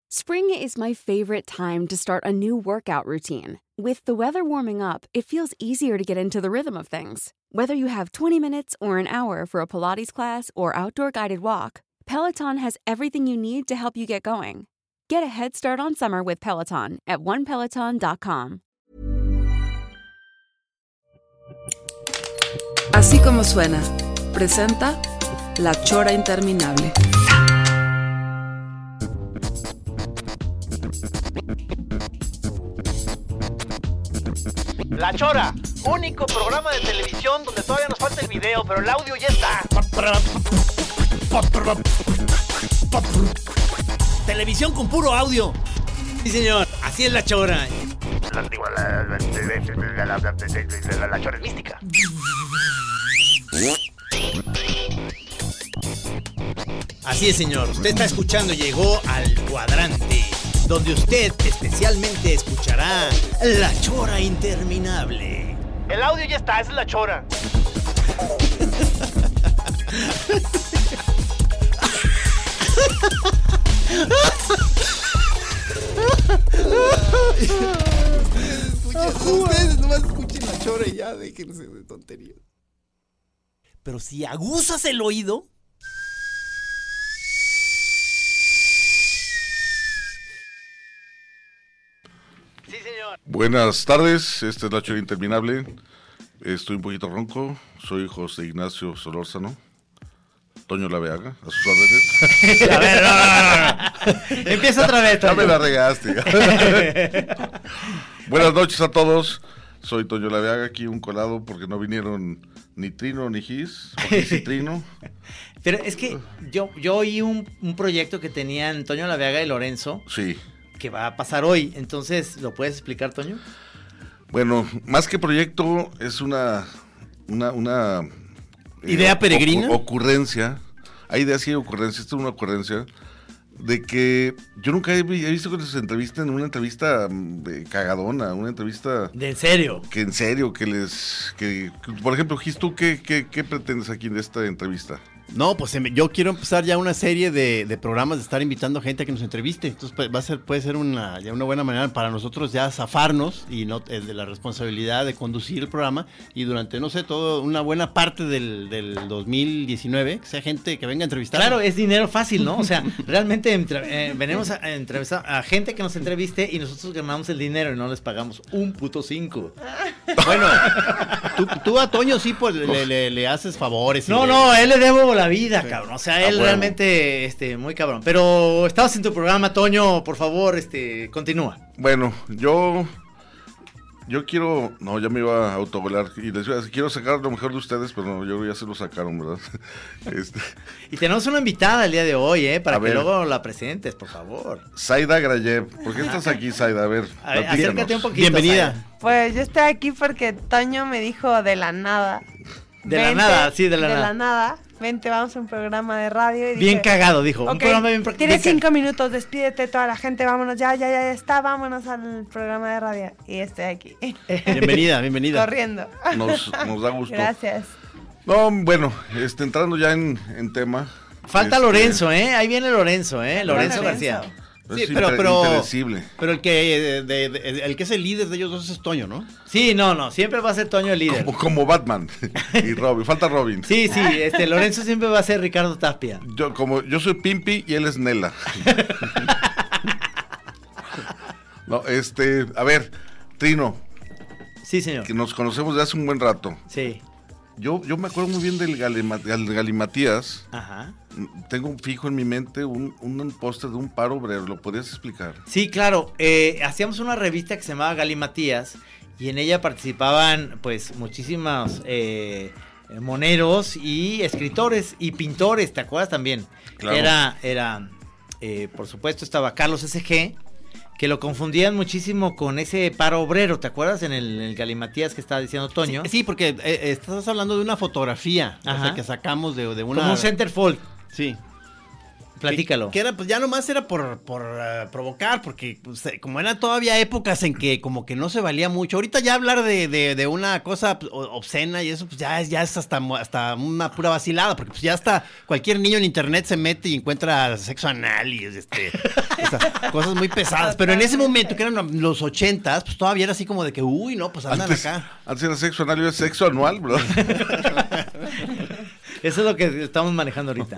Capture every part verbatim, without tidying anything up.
Spring is my favorite time to start a new workout routine. With the weather warming up, it feels easier to get into the rhythm of things. Whether you have twenty minutes or an hour for a Pilates class or outdoor guided walk, Peloton has everything you need to help you get going. Get a head start on summer with Peloton at one peloton dot com. Así como suena, presenta La Chora Interminable. La Chora, único programa de televisión donde todavía nos falta el video, pero el audio ya está. Televisión con puro audio. Sí, señor, así es La Chora. La, la, la, la, la, la Chora es mística. Así es, señor. Usted está escuchando, llegó al cuadrante, donde usted especialmente escuchará La Chora Interminable. El audio ya está, esa es La Chora. Ustedes, ustedes nomás escuchen La Chora y ya déjense de tonterías. Pero si aguzas el oído... Sí, señor. Buenas tardes, esta es La Chora Interminable. Estoy un poquito ronco, soy José Ignacio Solórzano. Toño Laveaga, a sus órdenes. A ver, no, no, no. Empieza otra vez, Toño. Ya me la regaste. Buenas noches a todos, soy Toño Laveaga, aquí un colado porque no vinieron ni Trino ni Gis, o Gis y Trino. Pero es que yo, yo oí un, un proyecto que tenían Toño Laveaga y Lorenzo. Sí. Que va a pasar hoy, entonces, ¿lo puedes explicar, Toño? Bueno, más que proyecto, es una... una, una ¿Idea eh, peregrina? Ocu- ocurrencia. Hay ideas y hay ocurrencias. Esta es una ocurrencia de que yo nunca he, he visto que se entrevisten, una entrevista de cagadona, una entrevista... ¿De en serio? Que en serio, que les... que, que por ejemplo, Gis, ¿tú qué, qué, qué pretendes aquí en esta entrevista? No, pues yo quiero empezar ya una serie de, de programas de estar invitando a gente a que nos entreviste. Entonces pues, va a ser, puede ser una, ya una buena manera para nosotros ya zafarnos y no eh, de la responsabilidad de conducir el programa y durante, no sé, todo una buena parte del, del dos mil diecinueve, que sea gente que venga a entrevistar. Claro, es dinero fácil, ¿no? O sea, realmente entre, eh, venimos a, a entrevistar a gente que nos entreviste y nosotros ganamos el dinero y no les pagamos un puto cinco. Bueno, tú, tú a Toño sí pues le, le, le haces favores. No, le... no, él le debo la vida, sí. Cabrón, o sea, él ah, bueno. realmente, este, muy cabrón, pero estabas en tu programa, Toño, por favor, este, continúa. Bueno, yo, yo quiero, no, ya me iba a autogolar y les iba a decir, quiero sacar lo mejor de ustedes, pero no, yo ya se lo sacaron, ¿verdad? este. Y tenemos una invitada el día de hoy, ¿eh? Para a que ver. luego la presentes, por favor. Zaida Grayev, ¿por qué estás aquí, Zaida? A ver, A ver, acércate un poquito. Bienvenida. Zaida. Pues yo estoy aquí porque Toño me dijo de la nada. De la nada, sí, de la de nada. De la nada, vente, vamos a un programa de radio. Y Bien dije, cagado, dijo. Un okay, programa bien tienes bien cinco minutos, despídete toda la gente, vámonos, ya, ya, ya está, vámonos al programa de radio. Y estoy aquí. Bienvenida, bienvenida. Corriendo. nos, nos da gusto. Gracias. No, bueno, este, entrando ya en, en tema. Falta este, Lorenzo, ¿eh? Ahí viene Lorenzo, ¿eh? Lorenzo, Lorenzo. García. Sí, es pero, impre- pero, impredecible. pero el que de, de, de, el que es el líder de ellos dos es Toño, ¿no? Sí, no, no, siempre va a ser Toño el líder. Como, como Batman y Robin, falta Robin. Sí, sí, este, Lorenzo siempre va a ser Ricardo Tapia. Yo, como, yo soy Pimpi y él es Nela. No, este, a ver, Trino, Sí, señor. que nos conocemos de hace un buen rato. Sí. Yo, yo me acuerdo muy bien del Galima- del Galimatías. Ajá. Tengo fijo en mi mente un, un póster de un paro obrero, ¿lo podrías explicar? Sí, claro. Eh, hacíamos una revista que se llamaba Galimatías y en ella participaban, pues, muchísimos eh, moneros y escritores y pintores, ¿te acuerdas también? Claro. Era, era eh, por supuesto, estaba Carlos S G, que lo confundían muchísimo con ese paro obrero, ¿te acuerdas? En el, el Galimatías que estaba diciendo Toño. Sí, sí, porque eh, estás hablando de una fotografía, o Ajá. sea, que sacamos de, de una... Como un centerfold. Sí. Platícalo. Que, que era, pues ya nomás era por, por uh, provocar, porque pues, como eran todavía épocas en que como que no se valía mucho. Ahorita ya hablar de, de, de una cosa obscena y eso, pues ya es, ya es hasta, hasta una pura vacilada, porque pues ya hasta cualquier niño en internet se mete y encuentra sexo anal y este, esas cosas muy pesadas. Pero en ese momento, que eran los ochentas, pues todavía era así como de que, uy, no, pues andan Antes, acá. antes era sexo anal y ahora es sexo anual, bro. Eso es lo que estamos manejando ahorita.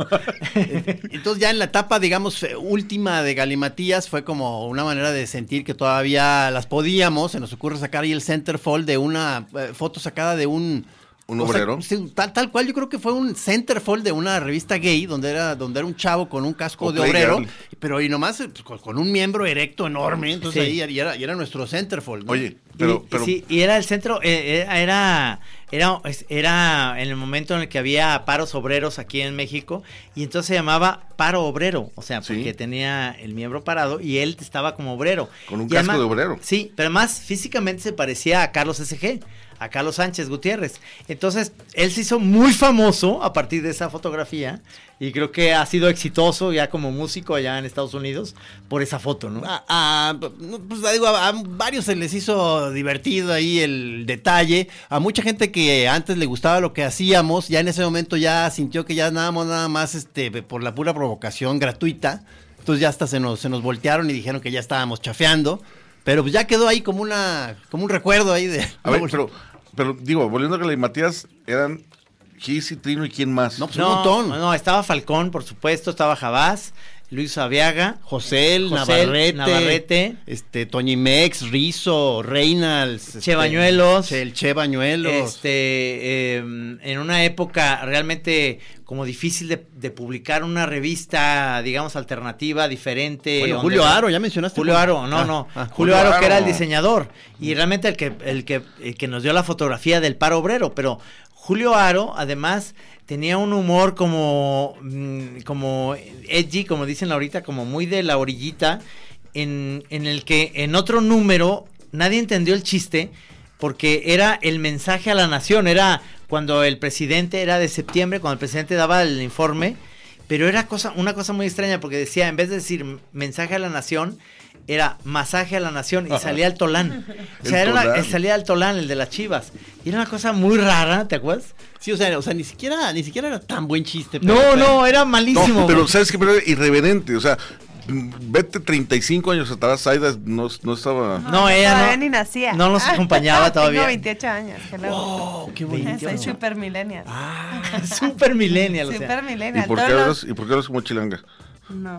Entonces ya en la etapa, digamos, última de Galimatías fue como una manera de sentir que todavía las podíamos. Se nos ocurre sacar ahí el centerfold de una eh, foto sacada de un... ¿Un o sea, obrero? sí, tal, tal cual, yo creo que fue un centerfold de una revista gay, donde era, donde era un chavo con un casco O de obrero, Playgirl. pero y nomás pues, con, con un miembro erecto enorme, entonces Sí. ahí y era, y era nuestro centerfold, ¿no? Oye, pero... y, pero sí, y era el centro, eh, era, era, era en el momento en el que había paros obreros aquí en México, y entonces se llamaba paro obrero, o sea, porque Sí. tenía el miembro parado y él estaba como obrero. Con un Y casco además- de obrero. Sí, pero además físicamente se parecía a Carlos S G, a Carlos Sánchez Gutiérrez. Entonces, él se hizo muy famoso a partir de esa fotografía y creo que ha sido exitoso ya como músico allá en Estados Unidos por esa foto, ¿no? A, a- no, pues, digo, a, a varios se les hizo divertido ahí el detalle. A mucha gente que antes le gustaba lo que hacíamos, ya en ese momento ya sintió que ya nada más, nada más este, por la pura provocación gratuita. Entonces ya hasta se nos, se nos voltearon y dijeron que ya estábamos chafeando. Pero pues ya quedó ahí como una como un recuerdo ahí de... A ver, pero, pero digo, volviendo a Galimatías, eran Gis y Trino y quién más. No, pues, No, un montón. no, estaba Falcón, por supuesto, estaba Jabás, Luis Aviaga, José, José, Navarrete, Navarrete. este, Toñimex, Rizo, Reynolds, este, Che Bañuelos. Che- el Che Bañuelos. Este, eh, en una época realmente como difícil de, de publicar una revista, digamos, alternativa, diferente. Bueno, donde- Julio Aro, ya mencionaste. Julio Aro, no, Ah, no. ah, Julio Julio Aro, Aro. que era el diseñador. Y realmente el que, el que, el que nos dio la fotografía del paro obrero. Pero Julio Aro, además, tenía un humor como, mm, como edgy, como dicen ahorita, como muy de la orillita, en, en el que en otro número nadie entendió el chiste, porque era el mensaje a la nación, era cuando el presidente, era de septiembre, cuando el presidente daba el informe, pero era cosa, una cosa muy extraña, porque decía, en vez de decir mensaje a la nación, era masaje a la nación, y salía el Tolán. O sea, El era una- Tolán. salía el Tolán, el de las Chivas. Y era una cosa muy rara, ¿te acuerdas? Sí, o sea, o sea, ni siquiera, ni siquiera era tan buen chiste. pero- No, pero- no, era malísimo. No, pero ¿sabes qué? Pero era irreverente, o sea, mm, vete treinta y cinco años atrás, Aida no, no estaba... No, ella todavía no- ni nacía. no nos acompañaba todavía. Tengo veintiocho años. hello. Oh, qué Soy bonito. super millennial. Ah, super millennial, o sea. Super ¿Y millennial. por, qué Todos hablas, los- ¿Y por qué hablas como chilanga? No.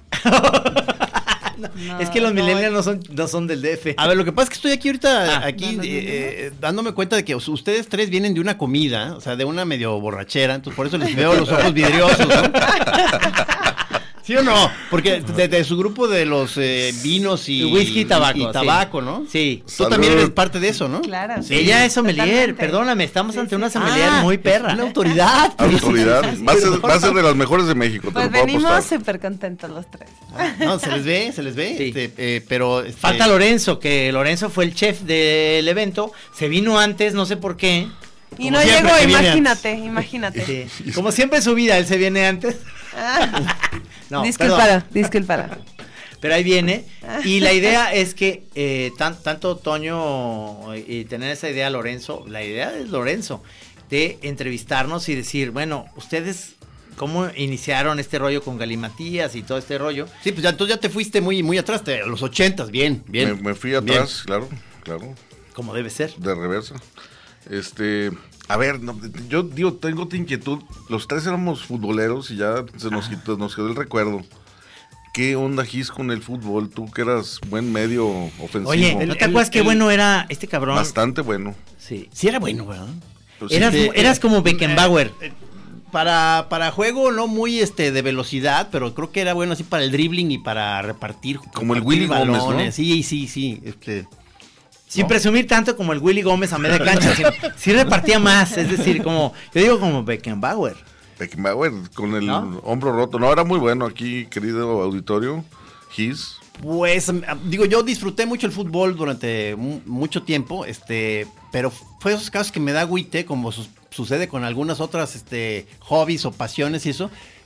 No, Es que los no, millennials no son, no son del D F. A ver, lo que pasa es que estoy aquí ahorita, Ah. aquí, No, no, no, eh, eh, dándome cuenta de que us- ustedes tres vienen de una comida, o sea, de una medio borrachera, entonces por eso les veo los ojos vidriosos, ¿no? ¿Sí o no? Porque de, de su grupo de los eh, vinos y... Whisky y tabaco, Y sí. tabaco, ¿no? Sí. Tú Salud. también eres parte de eso, ¿no? Claro. Sí. Ella es sommelier, totalmente. perdóname, estamos Sí, ante sí. una sommelier Ah, muy perra. Una autoridad. Autoridad. Va a, ser, va a ser de las mejores de México, te Pues lo puedo venimos apostar. súper contentos los tres. No, se les ve, se les ve, Sí. este, eh, pero... este, Falta Lorenzo, que Lorenzo fue el chef del evento, se vino antes, no sé por qué. Y Como no siempre llegó, que viene imagínate, imagínate. Sí. Como siempre en su vida, él se viene antes. No, discúlpalo, perdón. discúlpalo. Pero ahí viene. Y la idea es que eh, tan- tanto Toño y tener esa idea, Lorenzo, la idea es Lorenzo, de entrevistarnos y decir, bueno, ustedes, ¿cómo iniciaron este rollo con Galimatías y todo este rollo? Sí, pues ya, entonces ya te fuiste muy, muy atrás, te- a los ochentas, bien, bien. Me, me fui Bien. atrás, claro, claro, Como debe ser. de reversa. Este, a ver, no, yo digo, tengo tu inquietud. Los tres éramos futboleros y ya se nos, quitó, nos quedó el recuerdo. ¿Qué onda, Gis, con el fútbol? Tú que eras buen medio ofensivo. Oye, ¿no El- te acuerdas el- qué el- bueno era este cabrón? Bastante bueno. Sí. Sí era bueno, ¿verdad? Pues Eras, sí. eras como Beckenbauer. Eh, Para, para juego no muy este de velocidad, pero creo que era bueno así para el dribbling y para repartir. Como el repartir Willy Gómez, ¿no? balones. Sí, sí, sí. Este, Sin No. presumir tanto como el Willy Gómez a media cancha. Sí, sí repartía más. Es decir, como, yo digo como Beckenbauer. Beckenbauer con el ¿No? hombro roto. No, era muy bueno aquí, querido auditorio. Gis. Pues am- digo, yo disfruté mucho el fútbol durante mu- mucho tiempo, este, pero fue esos casos que me da agüite, como su- sucede con algunas otras este, hobbies o pasiones y eso,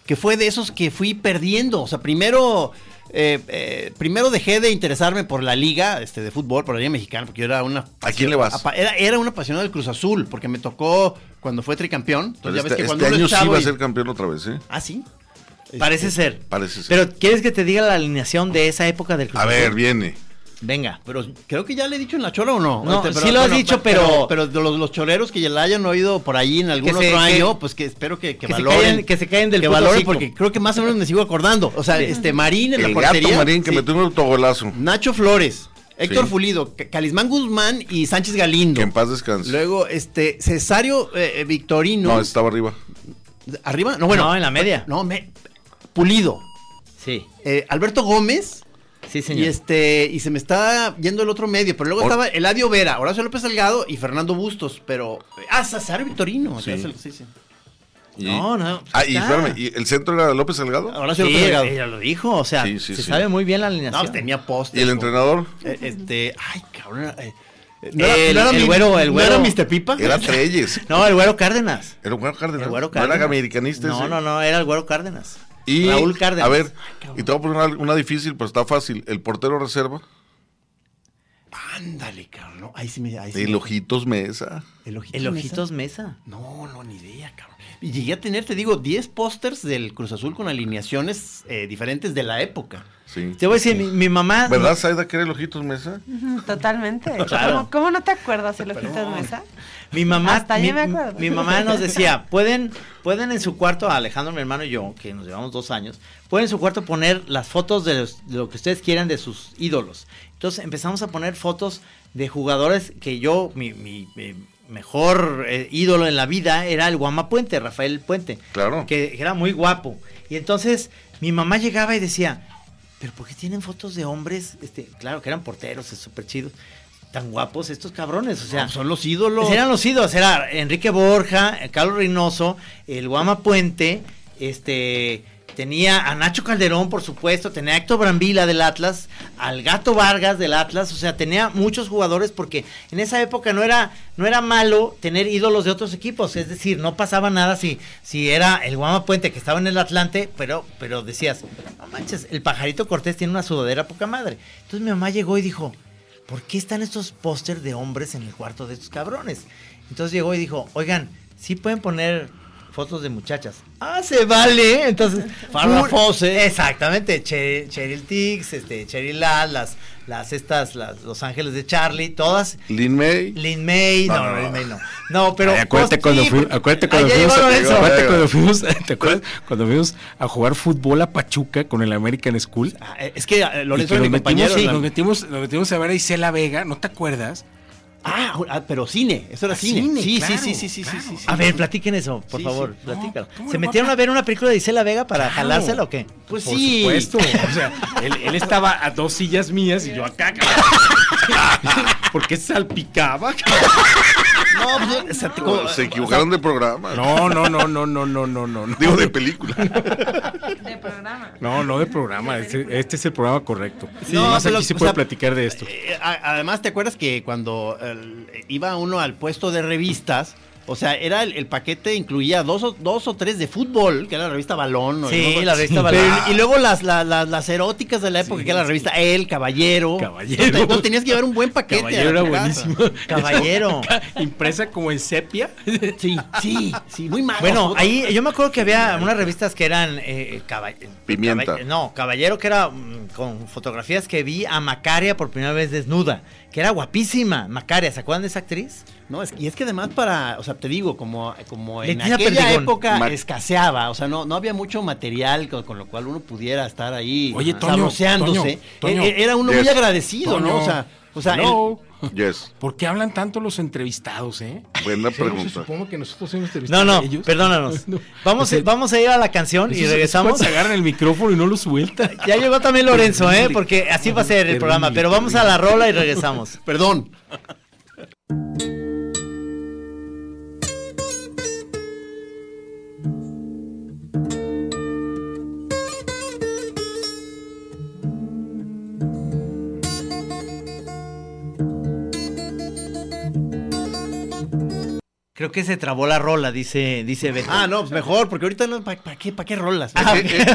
que fue de esos que fui perdiendo. O sea, primero... Eh, eh, primero dejé de interesarme por la liga este, de fútbol, por la liga mexicana, porque yo era una... ¿A quién le vas? apa- Era, era un apasionado del Cruz Azul, porque me tocó cuando fue tricampeón. Entonces, Pero ya ves este que cuando este uno año es chavo sí va a y- ser campeón otra vez, ¿eh? Ah, ¿sí? Parece Este, ser. Parece ser. Pero ¿quieres que te diga la alineación de esa época del Cruz A Azul? ver, viene. Venga. Pero creo que ya le he dicho en la chora o no. No, Este, sí lo has dicho, pero- Pero, de los, los choreros que ya la hayan oído por ahí en algún Que se- otro que- año, pues que espero que, que que se valoren. callen- que se callen del Que puto valoren hocico. porque creo que más o menos me sigo acordando. O sea, este Marín en El la gato portería. Marín que sí. metió un autogolazo. Nacho Flores, Héctor Sí. Fulido, Ca- Calismán Guzmán y Sánchez Galindo. Que en paz descanse. Luego, este, Cesario eh, eh, Victorino. No, estaba arriba. ¿Arriba? No, bueno. No, en la media. No, me, Pulido. Sí, Eh, Alberto Gómez. sí, señor. Y este, y se me está yendo el otro medio, pero luego Por- estaba Eladio Vera, Horacio López Salgado y Fernando Bustos, pero. Ah, Cesario Victorino. Sí. ya se lo- sí, sí. Y- No, no, Ah, y está. espérame, ¿y el centro era López Salgado? Horacio Sí, López Salgado. ella lo dijo, o sea, Sí, sí, se sí. sabe muy bien la No, alineación. pues tenía postes. ¿Y el ¿no? entrenador? Eh, Este, ay, cabrón. era, eh, El- el mi- güero, el ¿no güero. era mister Pipa? Era Treyes. No, el Güero Cárdenas. Era un Güero Cárdenas. El Güero No Cárdenas. era americanista No, ese. no, no, era el Güero Cárdenas. Y, Raúl Cárdenas. a ver, y te voy a poner una, una difícil, pero está fácil. El portero reserva. Ándale, cabrón. no, Ahí sí me. Ahí sí El me- Ojitos Mesa. El Ojitos. El Mesa. Ojitos Mesa. No, no, ni idea, cabrón. Y llegué a tener, te digo, diez pósters del Cruz Azul con alineaciones eh, diferentes de la época. Sí. Te voy a decir, mi, mi mamá... ¿Verdad, Saida, que era el Ojitos Mesa? Ujú, totalmente. Claro. ¿Cómo, cómo no te acuerdas el ojito de mesa? Mi mamá, Hasta mi, yo me acuerdo. mi mamá nos decía, pueden, pueden en su cuarto, Alejandro, mi hermano y yo, que nos llevamos dos años, pueden en su cuarto poner las fotos de, los- de lo que ustedes quieran de sus ídolos. Entonces empezamos a poner fotos de jugadores que yo, mi, mi- mi mejor eh, ídolo en la vida era el Guama Puente, Rafael Puente. Claro. Que, que era muy guapo. Y entonces mi mamá llegaba y decía, ¿pero por qué tienen fotos de hombres? Este, claro que eran porteros, es súper chidos. Tan guapos estos cabrones, o sea, No, son los ídolos. pues eran los ídolos, era Enrique Borja, eh, Carlos Reynoso, el Guama Puente, este, tenía a Nacho Calderón, por supuesto, tenía a Héctor Brambila del Atlas, al Gato Vargas del Atlas, o sea, tenía muchos jugadores porque en esa época no era, no era malo tener ídolos de otros equipos, es decir, no pasaba nada si, si era el Guama Puente que estaba en el Atlante, pero, pero decías, no manches, el Pajarito Cortés tiene una sudadera poca madre. Entonces mi mamá llegó y dijo, ¿por qué están estos pósters de hombres en el cuarto de estos cabrones? Entonces llegó y dijo, oigan, ¿sí pueden poner fotos de muchachas? ¡Ah, se vale! Entonces, Farrah full- Fawcett. Exactamente, Che- Cheryl Tix, este, Cheryl Ladd, las, las estas, las Los Ángeles de Charlie, todas. Lin May. Lin May, no, No, no, no, Lin no. May no. No, pero. Ay, acuérdate pues, cuando sí, fuimos, acuérdate cuando allá fuimos, llegó Lorenzo. acuérdate Llegó. cuando fuimos, ¿te acuerdas? Cuando fuimos a jugar fútbol a Pachuca con el American School. Ah, eh, es que eh, Y Lorenzo que era nos mi compañero. metimos, en la- nos metimos, nos metimos a ver a Isela Vega, ¿no te acuerdas? Ah, ah, pero cine, eso era Ah, cine. cine, sí, claro, sí, sí, sí, sí, claro. sí, sí, sí. A ver, platiquen eso, por Sí, favor, sí. platícalo. No, ¿cómo ¿Se no, metieron papá? a ver una película de Isela Vega para Claro. jalársela o qué? Pues Por sí. supuesto. O sea, él, él estaba a dos sillas mías y yo acá. Porque salpicaba. No, pues, o sea, te- como- Se equivocaron de programa. No, no, no, no, no, no, no, no. no. Digo, de película. De programa. No, no de programa. Este, este es el programa correcto. Sí, No, más pero, aquí se o puede sea, platicar de esto. Eh, a- además, ¿te acuerdas que cuando el- iba uno al puesto de revistas, o sea, era el, el paquete incluía dos o, dos o tres de fútbol, que era la revista Balón? ¿no? Sí, ¿no? la revista Pero- Balón. y luego las, las, las, las eróticas de la época, Sí, que era la sí. revista El, Caballero. Caballero. Entonces, entonces tenías que llevar un buen paquete. Caballero a la era casa. buenísimo. Caballero. Impresa como en sepia. Sí, sí, sí, muy mal. Bueno, ahí yo me acuerdo que había unas revistas que eran eh, caba- Pimienta. caba- no, Caballero, que era mm, con fotografías que vi a Macaria por primera vez desnuda, que era guapísima. Macaria, ¿se acuerdan de esa actriz? No, es, y es que además para, o sea, te digo, como, como en Leticia aquella Perdigón. época Ma- escaseaba, o sea, no, no había mucho material con, con lo cual uno pudiera estar ahí Oye, Toño, sabroseándose. Toño, Toño. E- e- Era uno Yes. muy agradecido, Toño. ¿no? O sea, o sea, Hello. Yes. ¿Por qué hablan tanto los entrevistados, eh? Buena ¿Sí, no se pregunta. supongo que nosotros hemos No, entrevistado no, a ellos? perdónanos. No. Vamos, O sea, vamos a ir a la canción y esos- regresamos. esos cuates agarran el micrófono y no lo sueltan. Ya llegó también Lorenzo, ¿eh? Terrible. Porque así va a ser el Terrible, programa. Pero vamos a la rola y regresamos. perdón. Creo que se trabó la rola, dice, dice Beto. Ah, no, pues mejor, porque ahorita no, ¿para pa qué, pa qué rolas? Ah,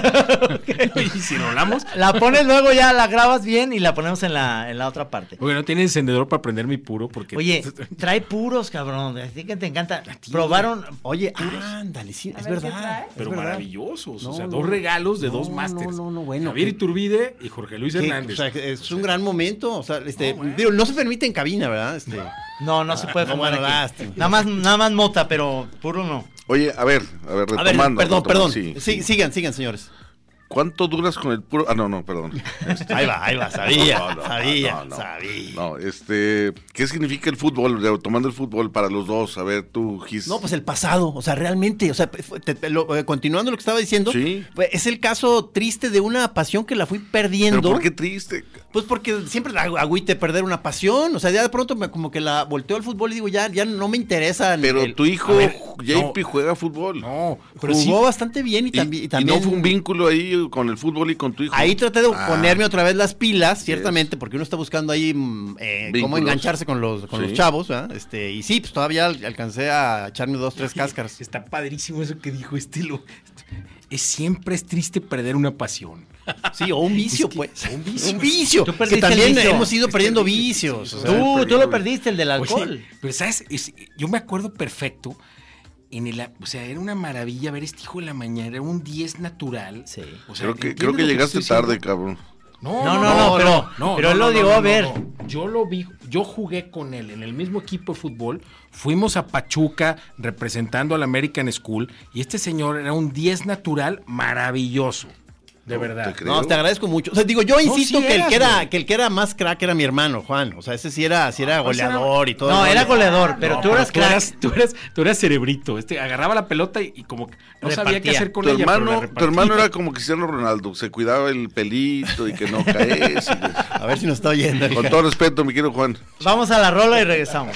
ok. Y si rolamos, la pones luego, ya la grabas bien y la ponemos en la, en la otra parte. Oye, no tiene encendedor para prender mi puro porque... Oye, trae puros, cabrón. Así que te encanta. Probaron. Oye, ándale, sí, A es ver, ¿qué verdad. trae? es Pero verdad. maravillosos, No, o sea, no, dos regalos de no, dos másters. No, no, no, bueno. Javier que- Iturbide y Jorge Luis que- Hernández. o sea, que es un gran momento, o sea, este, No, bueno. digo, no se permite en cabina, ¿verdad? Este, No, no se puede no, fumar bueno, aquí. lástima. Nada más, nada más mota, pero puro no. Oye, a ver, a ver, a ver, retomando. perdón, retomando, perdón. sí. Sí, sigan, sigan, señores. ¿Cuánto duras con el puro? Ah, no, no, perdón. Ahí va, ahí va, sabía, No, no, sabía, no, no. sabía. No, este, ¿qué significa el fútbol? Retomando el fútbol para los dos, a ver, tú, Gis. No, pues el pasado, o sea, realmente, o sea, fue- te- te- lo- eh, continuando lo que estaba diciendo, Sí. pues, es el caso triste de una pasión que la fui perdiendo. ¿Pero por qué triste? Pues porque siempre la agüite perder una pasión, o sea, ya de pronto me, como que la volteo al fútbol y digo, ya, ya no me interesa. el- Pero el- tu hijo, a ver, J P, no. juega fútbol. No, pero jugó sí. bastante bien y, Y, también, y y también... no fue un vínculo ahí con el fútbol y con tu hijo. Ahí traté de Ah. ponerme otra vez las pilas, ciertamente, porque uno está buscando ahí mm, eh, cómo Vínculos. engancharse con los, con Sí. los chavos, ¿verdad? Este, y sí, pues todavía al- alcancé a echarme dos, tres cáscaras. Está padrísimo eso que dijo este lo- Es siempre es triste perder una pasión. Sí, o un vicio, Es que- pues. un vicio. Un vicio. Tú Que perdiste también el vicio. hemos ido Es perdiendo terrible, vicios. sí, o sí, sea, sí. Tú, tú perdido. lo perdiste, el del alcohol. Oye, pero sabes, Es- yo me acuerdo perfecto. En el, o sea, era una maravilla ver este hijo de la mañana, era un diez natural. Sí. O sea, Creo que, ¿entiendes creo que lo llegaste estoy tarde, diciendo? cabrón. No, No, no, no, pero- pero él lo llegó a ver. Yo lo vi, yo jugué con él en el mismo equipo de fútbol. Fuimos a Pachuca representando al American School y este señor era un diez natural maravilloso. De No, verdad. te creo. No, te agradezco mucho. O sea, digo, yo insisto sí que, el eras, que, era, güey. que el que era más crack era mi hermano, Juan. O sea, ese sí era, sí era No, ese era- goleador y todo. No, el era rollo. goleador, pero No, tú eras crack. eras, tú eras, tú eras cerebrito. Este agarraba la pelota y, y como que no sabía qué Repartía. hacer con Tu ella. pero la hermano, tu repartía. hermano era como Cristiano Ronaldo, se cuidaba el pelito y que no caes. y- A ver si nos está oyendo. Con todo respeto, mi querido Juan. Vamos a la rola y regresamos.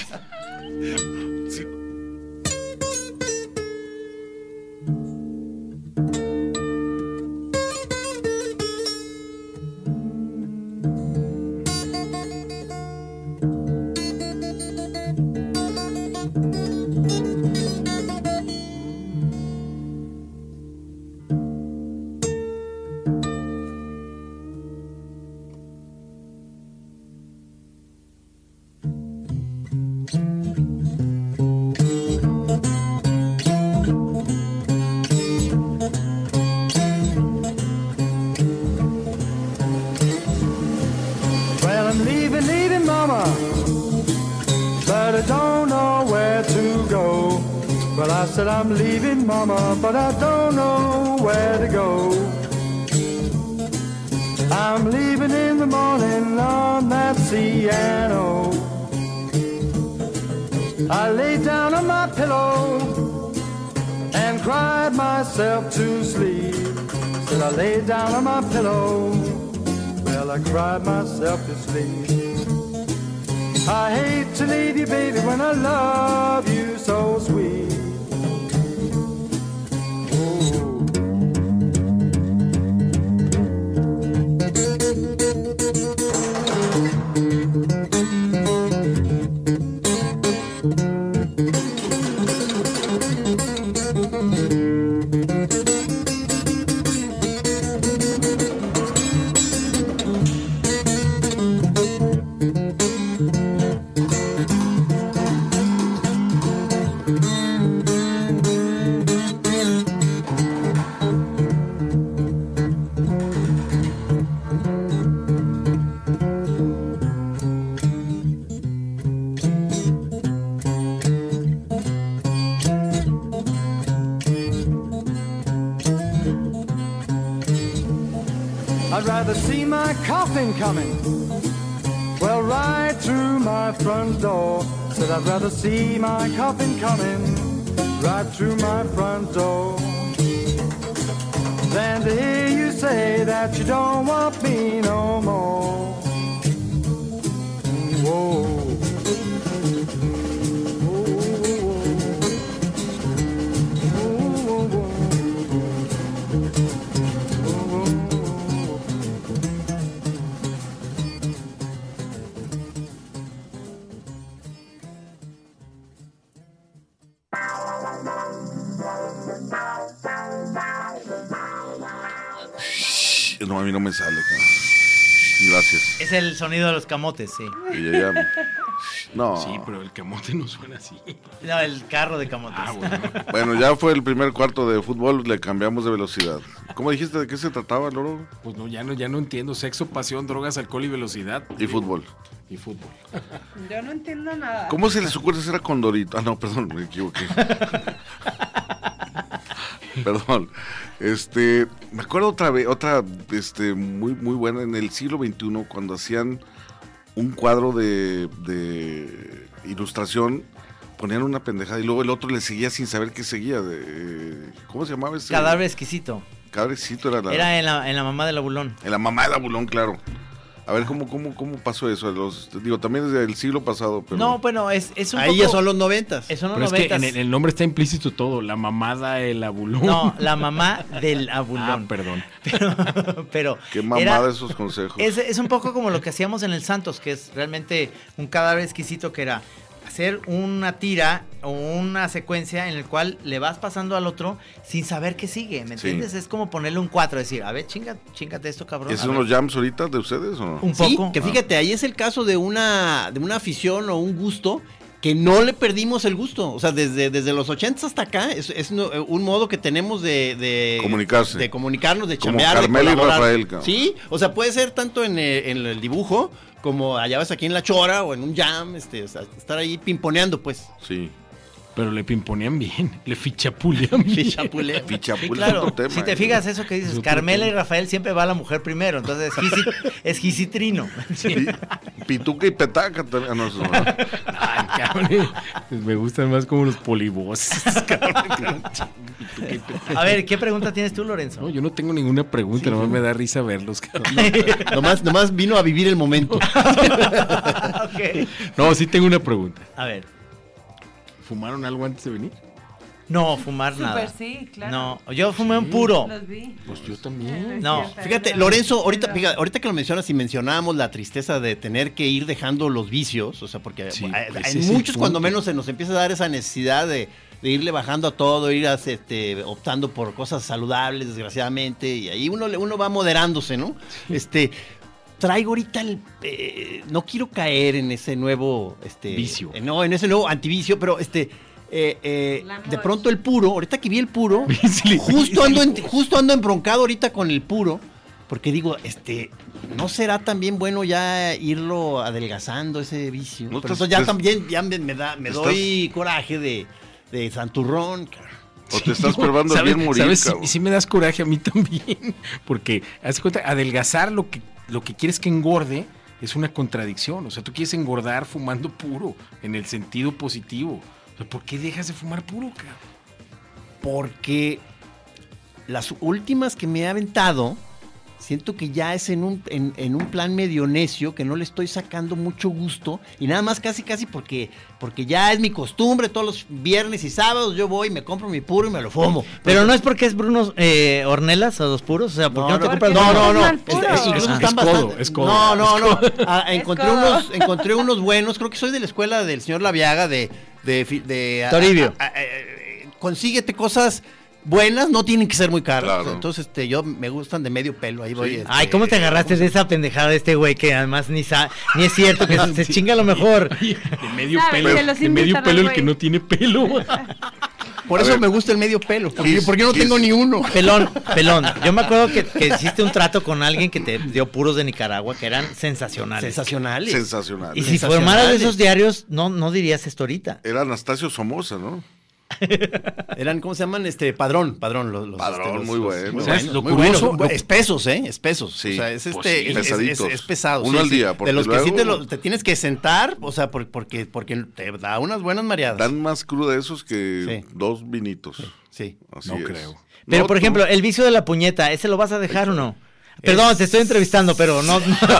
Well, I'm leaving, leaving, mama, but I don't know where to go. Well, I said I'm leaving, mama, but I don't know where to go. I'm leaving in the morning on that C N O. I lay down on my pillow and cried myself to sleep. Said I lay down on my pillow. Well, I cried myself to sleep. I hate to leave you, baby, when I love you so sweet. Ooh. I'd rather see my coffin coming, well, right through my front door. Said I'd rather see my coffin coming, right through my front door, than to hear you say that you don't want me no more. Whoa. No, a mí no me sale, cabrón. Gracias. Es el sonido de los camotes, sí. Y ya, ya- No. Sí, pero el camote no suena así. No, el carro de camotes. Ah, bueno. Bueno, ya fue el primer cuarto de fútbol, le cambiamos de velocidad. ¿Cómo dijiste de qué se trataba, Loro? Pues no, ya no, ya no entiendo. Sexo, pasión, drogas, alcohol y velocidad. Y fútbol. Y fútbol. Yo no entiendo nada. ¿Cómo se les ocurre hacer a Condorito? Ah, no, perdón, me equivoqué. Perdón. Este, me acuerdo otra vez, otra, este, muy, muy buena en el siglo veintiuno, cuando hacían un cuadro de, de ilustración, ponían una pendejada y luego el otro le seguía sin saber qué seguía. De, ¿Cómo se llamaba ese? Cadáver exquisito. Cadáver exquisito era la, Era en la, en la mamá del abulón. en la mamá del abulón, claro. A ver, ¿cómo, cómo, cómo pasó eso? Los, digo, también desde el siglo pasado, pero... No, bueno, es, es un Ahí poco... ya son los noventas. Son los Pero es que noventas. en el, el nombre está implícito todo. La mamada, el abulón. No, la mamá del abulón. Ah, perdón. Pero, pero Qué mamada era- esos consejos. Es, es un poco como lo que hacíamos en el Santos, que es realmente un cadáver exquisito, que era hacer una tira o una secuencia en el cual le vas pasando al otro sin saber qué sigue, ¿me Sí. entiendes? Es como ponerle un cuatro, decir, a ver, chinga, chingate esto, cabrón. ¿Esos a son ver. los jams ahorita de ustedes o no? Un Sí, poco. que fíjate, ahí es el caso de una, de una afición o un gusto que no le perdimos el gusto. O sea, desde, desde los ochentas hasta acá, es, es no- un modo que tenemos de, de Comunicarse. De comunicarnos, de Como chambear, de Carmela y colaborar. Rafael, cabrón. Sí, o sea, puede ser tanto en, eh, en el dibujo como allá vas aquí en la chora o en un jam, este, o sea, estar ahí pimponeando, pues. Sí. Pero le pimponean bien. Le fichapulean bien. Fichapulea. Sí, Fichapul claro, es otro tema. si te ¿eh? fijas eso que dices, otro Carmela tema. y Rafael siempre va a la mujer primero, entonces es, gisi- es gisitrino. Sí. Pituca y petaca también. Ah, no, eso no. Ay, cabrón. Pues me gustan más como los polivoces, cabrón. A ver, ¿qué pregunta tienes tú, Lorenzo? No, yo no tengo ninguna pregunta, nomás me da risa verlos, cabrón. nomás, nomás vino a vivir el momento. Ok. No, sí tengo una pregunta. A ver, ¿Fumaron algo antes de venir? no, fumar nada. Súper sí, claro. No, yo fumé un puro. Los vi. Pues yo también. No, Fíjate, Lorenzo, ahorita, fíjate, ahorita que lo mencionas y mencionábamos la tristeza de tener que ir dejando los vicios, o sea, porque Sí, hay, ese hay es el muchos punto. cuando menos se nos empieza a dar esa necesidad de, de irle bajando a todo, ir a, este, optando por cosas saludables, desgraciadamente, y ahí uno, le- uno va moderándose, ¿no? Este, traigo ahorita el, eh, no quiero caer en ese nuevo, este, Vicio. eh, no, en ese nuevo antivicio, pero este. eh, eh, La de moch. pronto el puro, ahorita que vi el puro, Sí, le- justo ando, en- justo ando embroncado ahorita con el puro, porque digo, este, ¿no será también bueno ya irlo adelgazando ese vicio? No Pero estás- eso ya te- también ya me, me da, me estás- doy coraje de, de santurrón. cara. O te estás probando ¿Sabes? bien morir, ¿Sabes? Sí, cabrón. sí me das coraje a mí también. Porque, haz de cuenta, adelgazar lo que, lo que quieres que engorde es una contradicción. O sea, tú quieres engordar fumando puro, en el sentido positivo. O sea, ¿por qué dejas de fumar puro, cabrón? Porque las últimas que me he aventado, siento que ya es en un, en, en un plan medio necio, que no le estoy sacando mucho gusto, y nada más casi casi porque, porque ya es mi costumbre, todos los viernes y sábados yo voy, me compro mi puro y me lo fumo. pero no es porque es Bruno eh, Hornelas a los puros, o sea, ¿por qué no, te compras no, los no, no, Mal este, puro. es- incluso Es- están es codo, bastante- es codo. No, no, no. Ah, Es encontré codo. unos, encontré unos buenos. Creo que soy de la escuela del señor Laviaga de, de, fi- de a- Toribio. a- a- a- consíguete cosas buenas, no tienen que ser muy caras. Claro. Entonces, este, yo me gustan de medio pelo. Ahí voy. Sí. este, Ay, ¿cómo te agarraste de esa pendejada de este güey que además ni sa ni es cierto que se chinga lo mejor? De medio ¿Sabes? pelo, Que los de medio invitan pelo al el que güey. no tiene pelo. Por A eso ver. me gusta el medio pelo. Porque, Kiss, porque yo no Kiss. tengo ni uno. Pelón, pelón. Yo me acuerdo que, que hiciste un trato con alguien que te dio puros de Nicaragua que eran sensacionales. Sensacionales. Sensacional. Y si sensacionales. formaras de esos diarios, no, no dirías esto ahorita. Era Anastasio Somoza, ¿no? Eran, ¿cómo se llaman? Este, padrón, padrón. Los, los, Padrón, este, los- muy los- bueno. muy ¿Sabes? buenos, Lo muy curioso- buenos. lo- Espesos, ¿eh? Espesos. Sí. O sea, es Pues este. sí, es- es, es, pesaditos. es pesado. Uno sí, al sí. día, porque De los que luego- sí te, lo- te tienes que sentar, o sea, por- porque, porque te da unas buenas mareadas. Dan más cruda esos que Sí. dos vinitos. Sí. Así No es. creo. Pero, No, por tú- ejemplo, el vicio de la puñeta, ¿ese lo vas a dejar o no? Perdón, te estoy entrevistando, pero no.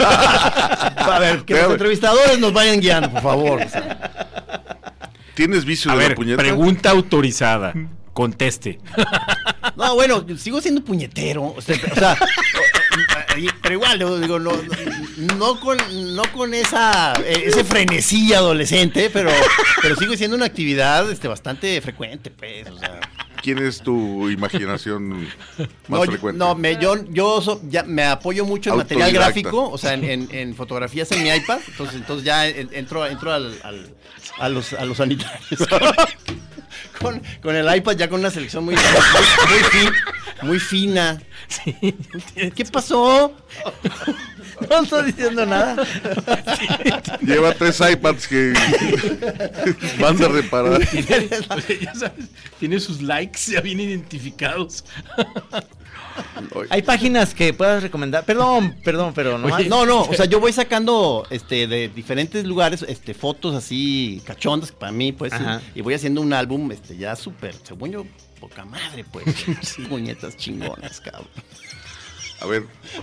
A ver, que los Espérame. entrevistadores nos vayan guiando, por favor. O sea, ¿Tienes vicio A de ver, la puñeta? pregunta autorizada. Conteste. no, bueno, sigo siendo puñetero. O sea, o sea, o- y- pero igual, yo digo, no, no, no con, no con esa, eh, ese frenesí adolescente, pero, pero sigue siendo una actividad este, bastante frecuente, pues. O sea. ¿quién es tu imaginación más No, yo- frecuente? no, me, yo, yo so- ya me apoyo mucho en material Autodidacta. gráfico, o sea, en, en- en fotografías en mi iPad. Entonces, entonces ya en- entro, entro al, al- a, los, a los sanitarios. con, con el iPad ya con una selección muy, muy, muy, fin- muy fina. ¿Qué pasó? No estoy diciendo nada. Lleva tres iPads que van a reparar. Tiene, ya sabes, tiene sus likes ya bien identificados. Hay páginas que puedas recomendar. Perdón, perdón, pero no. No, no, o sea, yo voy sacando este de diferentes lugares este fotos así cachondas para mí, pues, Ajá. y voy haciendo un álbum este ya súper, según yo, poca madre, pues. Sí, puñetas chingonas, cabrón. A ver,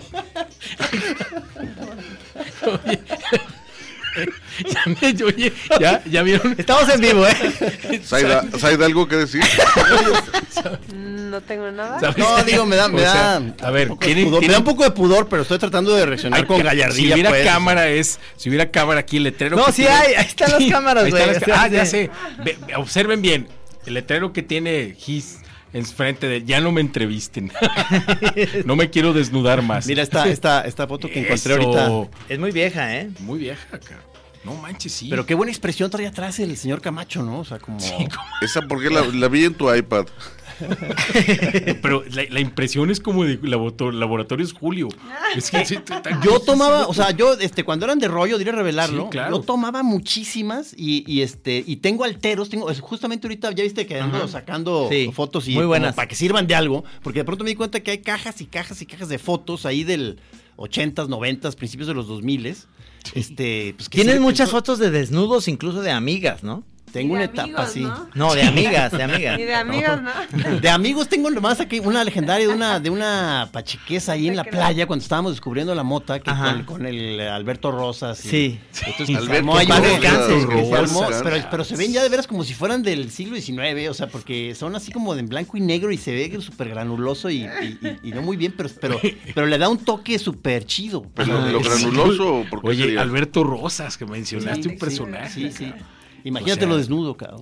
Ya, me- oye, ya, ya vieron. Estamos en vivo, ¿eh? Saida, Saida, ¿algo que decir? No tengo nada. ¿Sabes? No, digo, me da, me O sea, da a ver, un poco de ¿tienen- pudor, me tienen- da un poco de pudor, pero estoy tratando de reaccionar Hay con ca- gallardía, Si hubiera pues. cámara es, si hubiera cámara aquí el letrero. No, que sí tiene- hay, ahí están las cámaras, ahí están güey. las ca- Ah, ya Sí. sé. Ve- ve- observen bien, el letrero que tiene Gis en frente de, ya no me entrevisten. No me quiero desnudar más. Mira esta, esta, esta foto que encontré Eso. ahorita. Es muy vieja, ¿eh? Muy vieja, cara. No manches, sí. Pero qué buena expresión trae atrás el señor Camacho, ¿no? O sea, como... Esa porque la, la vi en tu iPad. Pero la, la impresión es como de laborato- Laboratorios Julio. Es que sí, está- Yo tomaba, o sea, yo, este, cuando eran de rollo, diré revelarlo, Sí, claro. yo tomaba muchísimas y, y, este, y tengo alteros, tengo, es justamente ahorita, ya viste que ando Ajá. sacando Sí, fotos y muy como buenas. para que sirvan de algo, porque de pronto me di cuenta que hay cajas y cajas y cajas de fotos ahí del ochentas, noventas, principios de los dos miles. Este, pues, que Tienes sí, muchas tengo- fotos de desnudos, incluso de amigas, ¿no? Tengo Y de una etapa amigos, así. ¿no? No, de amigas, de amigas. Y de amigos, ¿no? De amigos tengo nomás aquí una legendaria de una, de una pachequeza ahí en la playa cuando estábamos descubriendo la mota que Ajá. con, con el Alberto Rosas. y- Sí. Entonces, que se Alberto armó ahí Rosas, un- descanse, que se Rosas. armó, pero, pero se ven ya de veras como si fueran del siglo diecinueve, o sea, porque son así como de en blanco y negro y se ve súper granuloso y, y- y- y no muy bien, pero, pero, pero le da un toque súper chido. Pero Ajá. lo granuloso, ¿por qué Oye, sería? Alberto Rosas, que mencionaste Sí, un personaje. Sí, sí. Imagínate lo desnudo, cabrón.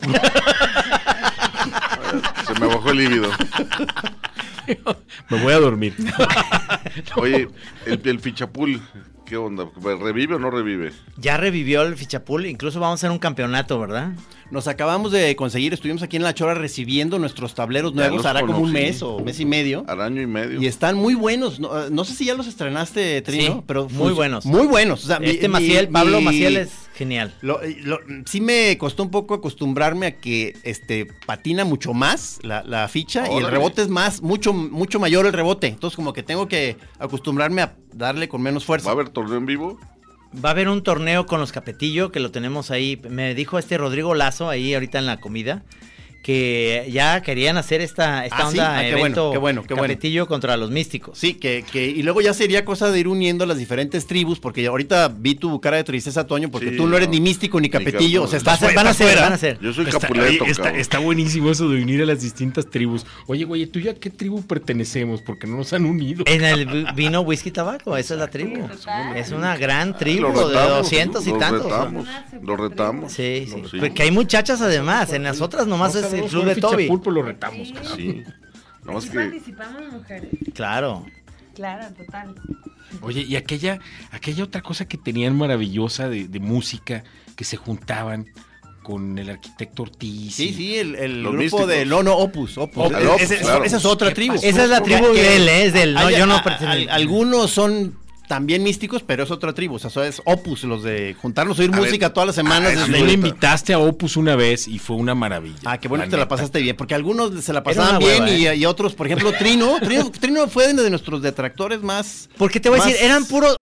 Se me bajó el líbido. Me voy a dormir. Oye, el, el fichapul, ¿qué onda? ¿Revive o no revive? Ya revivió el fichapul, incluso vamos a hacer un campeonato, ¿verdad? Nos acabamos de conseguir, estuvimos aquí en La Chora recibiendo nuestros tableros Ya nuevos, los hará como un conocí. mes o mes y medio. Al año y medio. Y están muy buenos. No, no sé si ya los estrenaste, Trino, Sí, pero muy fun- buenos. Muy buenos. O sea, mi- Este mi- Maciel, Pablo mi- Maciel es genial. Lo- lo- sí me costó un poco acostumbrarme a que este patina mucho más la, la ficha y el Órale. rebote es más, mucho, mucho mayor el rebote. Entonces como que tengo que acostumbrarme a darle con menos ¿Va a fuerza. haber torneo en vivo? Va a haber un torneo con los Capetillo, que lo tenemos ahí. Me dijo este Rodrigo Lazo ahí ahorita en la comida, que ya querían hacer esta, esta Ah, ¿sí? onda Ah, qué evento bueno, qué bueno, qué bueno. Capetillo contra los Místicos. Sí, que, que, y luego ya sería cosa de ir uniendo las diferentes tribus, porque ahorita vi tu cara de tristeza, Toño, porque Sí, tú no eres no. ni místico ni Ni capetillo, capo- o sea, Va a estás ser- van a estás ser, fuera. van a ser. Yo soy Está, capuleto, oye, está, cabrón. está buenísimo eso de unir a las distintas tribus. Oye, güey, ¿tú ya a qué tribu pertenecemos? Porque no nos han unido. En el vi- vino, whisky, tabaco, esa es la tribu. total. Es una gran tribu Lo de retamos, doscientos y lo tantos. retamos, lo retamos. Sí, sí. Sí. Porque hay muchachas además, en las otras nomás es el club de Toby. Pulpo lo retamos. cabrón. Sí. Nada más Aquí que participamos mujeres. Claro. Claro, total. Oye, y aquella, aquella otra cosa que tenían maravillosa de, de música, que se juntaban con el arquitecto Ortiz. Sí, y- sí, el, el Los grupo místicos. de... No, no, Opus, Opus. Opus, Es- Opus, ese- claro. Esa es otra ¿Qué tribu. pasó? Esa es la tribu Que- de él, ¿eh? es del. No, Hay- yo no a- a- pertenezco. Algunos son también místicos, pero es otra tribu. O sea, eso es Opus, los de juntarnos a oír A ver, música todas las semanas. ah, eso desde- Tú le invitaste a Opus una vez y fue una maravilla. Ah, qué bueno que te la neta. pasaste bien, porque algunos se la Era pasaban una bien hueva, y, ¿eh? y otros, por ejemplo, Trino. Trino, Trino fue de nuestros detractores más... Porque te voy a decir, más- eran puros.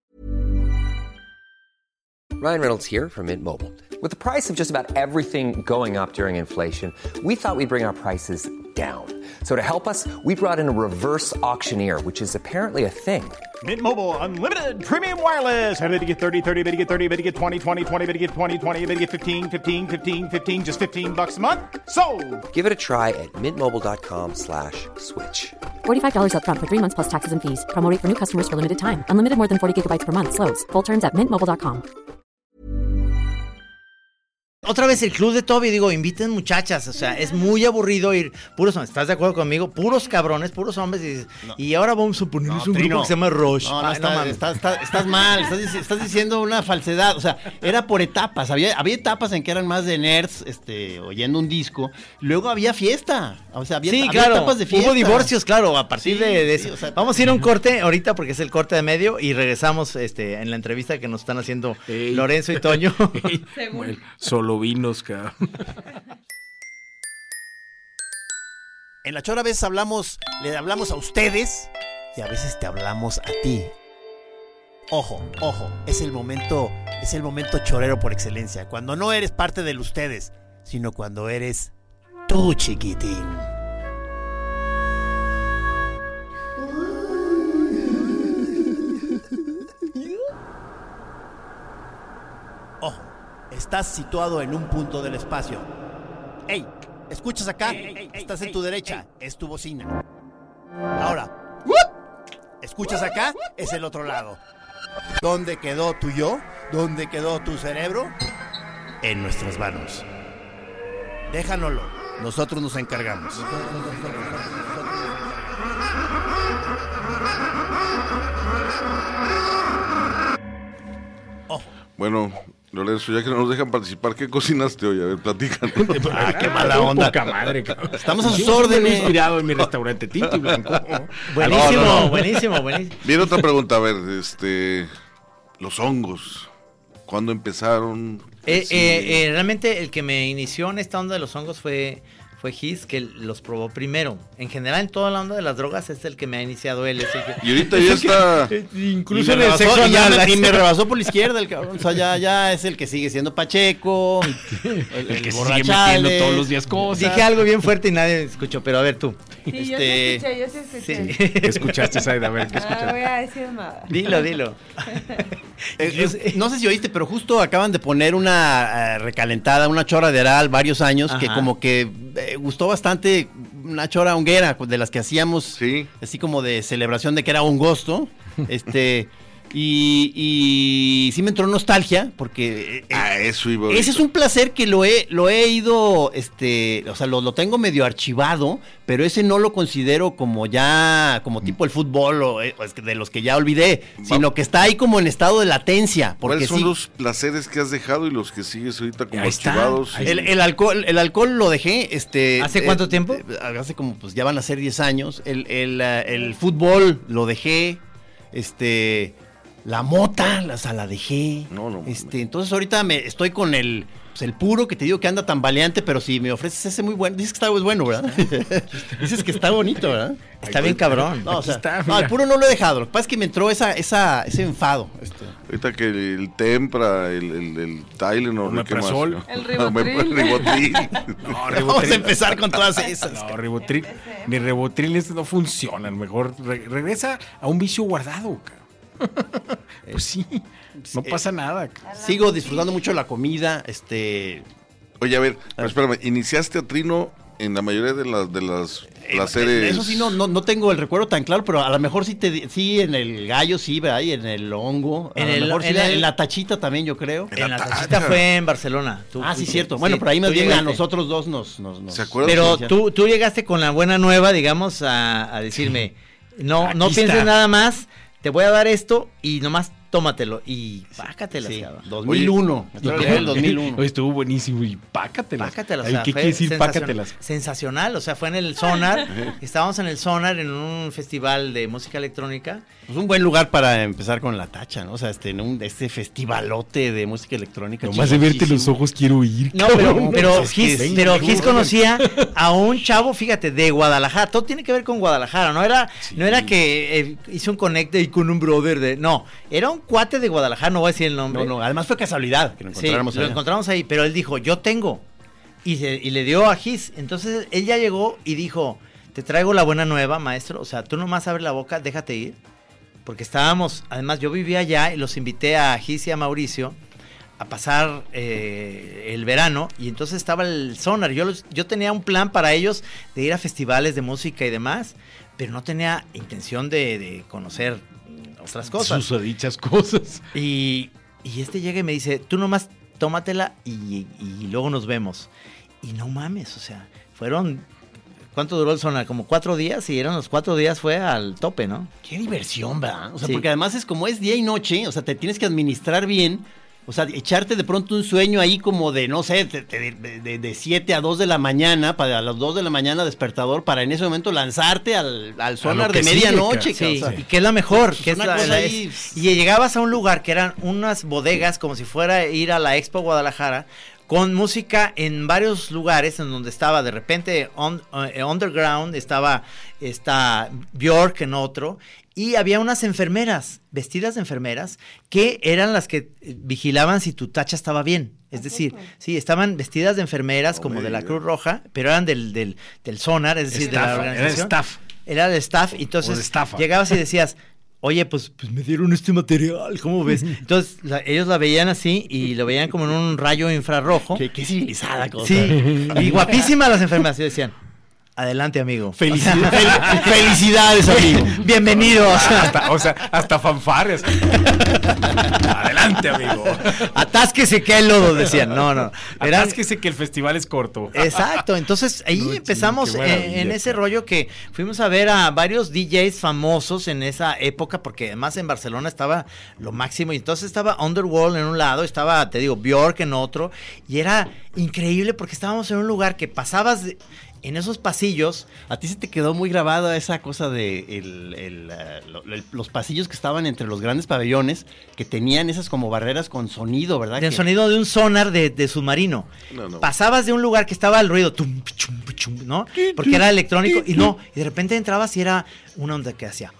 Ryan Reynolds here from Mint Mobile. With the price of just about everything going up during inflation, we thought we'd bring our prices down. So to help us, we brought in a reverse auctioneer, which is apparently a thing. Mint Mobile Unlimited Premium Wireless. How to get thirty, thirty, how to get thirty, how to get twenty, twenty, twenty, how to get twenty, twenty, how to get fifteen, fifteen, fifteen, fifteen, just fifteen bucks a month? Sold! Give it a try at mintmobile.com slash switch. forty-five dollars up front for three months plus taxes and fees. Promo rate for new customers for limited time. Unlimited more than forty gigabytes per month slows. Full terms at mint mobile dot com. otra vez el club de Toby, digo, inviten muchachas, o sea, es muy aburrido ir puros hombres, ¿estás de acuerdo conmigo? Puros cabrones, puros hombres, y, dices, No. y ahora vamos a ponernos No, un Trino. grupo que se llama Rush. No, no, Ay, está- mames. está- está- estás mal, estás, dic- estás diciendo una falsedad. O sea, era por etapas. Había, había etapas en que eran más de nerds, este, oyendo un disco. Luego había fiesta. O sea, había, Sí, había claro, etapas de fiesta. hubo divorcios, claro, a partir Sí, de, de sí, eso. o sea, Vamos a ir a un corte ahorita porque es el corte de medio y regresamos este, en la entrevista que nos están haciendo Ey. Lorenzo y Toño. Bueno, solo vinos, cabrón. En La Chora a veces hablamos, le hablamos a ustedes y a veces te hablamos a ti. Ojo, ojo, es el momento, es el momento chorero por excelencia, cuando no eres parte del ustedes, sino cuando eres tú, chiquitín. Ojo, estás situado en un punto del espacio. ¡Ey! ¿Escuchas acá? Estás en tu derecha, es tu bocina. Ahora, ¿escuchas acá? Es el otro lado. ¿Dónde quedó tu yo? ¿Dónde quedó tu cerebro? En nuestras manos. Déjanoslo, nosotros nos encargamos. Bueno, Lorenzo, ya que no nos dejan participar, ¿qué cocinaste hoy? A ver, platícanos. Ah, qué mala onda. Poca madre, cabrón. Estamos a sus Yo siempre me he órdenes. inspirado en mi restaurante Tinto y Blanco. Buenísimo, No, no, no. buenísimo, buenísimo. Viene otra pregunta, a ver, este, los hongos, ¿cuándo empezaron? Eh, Sí. eh, eh, realmente el que me inició en esta onda de los hongos fue, fue Gis, que los probó primero. En general, en toda la onda de las drogas es el que me ha iniciado él. Es el que, Y ahorita ya está... incluso Y en me el rebasó, sexo y ya anal, me, y ahí me está. rebasó por la izquierda el cabrón. O sea, ya, ya es el que sigue siendo Pacheco. El, El que sigue borrachales. metiendo todos los días cosas. Dije algo bien fuerte y nadie escuchó, pero a ver tú. Sí, yo sí Este, escuché, yo sí escuché. Sí. ¿Qué escuchaste, Saida? A ver, ¿qué No escuchaste? voy a decir nada. Dilo, dilo. Eh, eh, no sé si oíste, pero justo acaban de poner una eh, recalentada, una chora de Aral varios años, que Ajá. como que eh, gustó bastante, una chora honguera, de las que hacíamos, Sí. así como de celebración de que era hongosto, este, y, y sí me entró nostalgia, porque eh, Ah, eso iba ese ahorita. es un placer que lo he, lo he ido, este, o sea, lo, lo tengo medio archivado, pero ese no lo considero como ya, como tipo el fútbol o eh, es que de los que ya olvidé, sino que está ahí como en estado de latencia, porque ¿Cuáles son sí, los placeres que has dejado y los que sigues ahorita como Ahí está, archivados? ahí el, el alcohol, el alcohol lo dejé, este. ¿Hace cuánto eh, tiempo? eh, hace como, pues ya van a ser diez años. El, el, eh, el fútbol lo dejé, este. La mota, la, o sea, la dejé. No, no, Este, entonces ahorita me estoy con el, pues, el puro que te digo que anda tan valiente, pero si me ofreces ese muy bueno, dices que está bueno, ¿verdad? Dices que está bonito, ¿verdad? Está bien cabrón. No, o sea, está, no, mira. el puro no lo he dejado. Lo que pasa es que me entró esa, esa, ese enfado. Este. Ahorita que el, el Tempra, el, el, el Tylenol, ¿qué más? Omeprazol. El Rivotril. Ribotril. No, Vamos a Rivotril. empezar con todas esas. No, Ribotril. Ni Ribotriles no funcionan. Mejor re- regresa a un vicio guardado, cabrón. Pues sí, no pasa nada. cabrón. Sigo disfrutando mucho la comida, este. Oye, a ver, pero espérame, iniciaste a Trino en la mayoría de las de las Eh, placeres. Eso sí, no, no, no tengo el recuerdo tan claro, pero a lo mejor sí, te, di- sí en el gallo, sí, ¿verdad? Y en el hongo. A En lo el- mejor sí en la- el- en la tachita también, yo creo. En la tacha. tachita fue en Barcelona. Tú Ah, sí, fuiste. cierto. Bueno, Sí, pero ahí más tú bien a llegaste. nosotros dos nos. nos, nos- ¿Se acuerdan? Pero Sí, tú, tú llegaste con la buena nueva, digamos, a, a decirme, no, Aquí no pienses está. nada más, te voy a dar esto y nomás tómatelo y pácatela. Sí, cabrón. dos mil uno. Estoy hablando del dos mil uno. Oye, estuvo buenísimo y pácatelas. Pácatelas. Ay, o sea, ¿qué fue quiere decir sensacion- pácatelas? Sensacional, o sea, fue en el Sonar, estábamos en el Sonar en un festival de música electrónica. Es un buen lugar para empezar con la tacha, ¿no? O sea, este, en un, este festivalote de música electrónica. Nomás de verte los chingoncísimo. ojos quiero ir. No, pero, cabrón. pero pues es que Gis, sí, pero no, Gis no, conocía a un chavo, fíjate, de Guadalajara. Todo tiene que ver con Guadalajara. No era, Sí. no era que eh, hizo un connect ahí con un brother de. No, era un cuate de Guadalajara, no voy a decir el nombre. No, no, además fue casualidad que lo Sí, encontráramos lo allá. encontramos ahí, pero él dijo, yo tengo. Y, se- y le dio a Gis. Entonces él ya llegó y dijo, te traigo la buena nueva, maestro. O sea, tú nomás abres la boca, déjate ir. Porque estábamos, además yo vivía allá y los invité a Gis y a Mauricio a pasar eh, el verano. Y entonces estaba el Sonar. Yo, los- yo tenía un plan para ellos de ir a festivales de música y demás, pero no tenía intención de, de conocer otras cosas. Sus dichas cosas. Y, y este llega y me dice, tú nomás tómatela y, y luego nos vemos. Y no mames, o sea, fueron... ¿Cuánto duró el sonar? Como cuatro días y eran los cuatro días fue al tope, ¿no? Qué diversión, ¿verdad? O sea, Sí. porque además es como es día y noche, o sea, te tienes que administrar bien, o sea, echarte de pronto un sueño ahí como de, no sé, de, de, de, de siete a dos de la mañana, para las dos de la mañana despertador, para en ese momento lanzarte al, al sonar de sigue, medianoche. sí, o sea, y que es la mejor, es que es una la, cosa la- ahí, es- y llegabas a un lugar que eran unas bodegas como si fuera a ir a la Expo Guadalajara, con música en varios lugares en donde estaba de repente on- eh, underground, estaba esta Björk en otro, y había unas enfermeras, vestidas de enfermeras, que eran las que eh, vigilaban si tu tacha estaba bien. Es decir, sí, estaban vestidas de enfermeras como de la Cruz Roja, pero eran del, del, del sonar, es decir, de la Estafa, era organización. staff. Era el staff, y O de entonces estafa. llegabas y decías, oye, pues, pues me dieron este material, ¿cómo ves? Entonces la- ellos la veían así y lo veían como en un rayo infrarrojo. Qué, qué civilizada cosa. Sí, y guapísimas las enfermeras, y decían, adelante, amigo. Felicidad- fel- felicidades, amigo. Bienvenido. Hasta, o sea, hasta fanfarres. Adelante, amigo. Atásquese que el lodo, decían. No, no. Eran- Atásquese que el festival es corto. Exacto, entonces ahí No, empezamos qué en, maravilla, en ese rollo que fuimos a ver a varios D Js famosos en esa época, porque además en Barcelona estaba lo máximo, y entonces estaba Underworld en un lado, estaba, te digo, Björk en otro, y era increíble porque estábamos en un lugar que pasabas de- en esos pasillos. A ti se te quedó muy grabada esa cosa de el, el, eh, lo- el- los pasillos que estaban entre los grandes pabellones, que tenían esas como barreras con sonido, ¿verdad? Del Que- sonido de un sonar de, de submarino. No, no. Pasabas de un lugar que estaba el ruido, tum, pichum, pichum, ¿no? Porque era electrónico, y no, y de repente entrabas y era una onda que hacía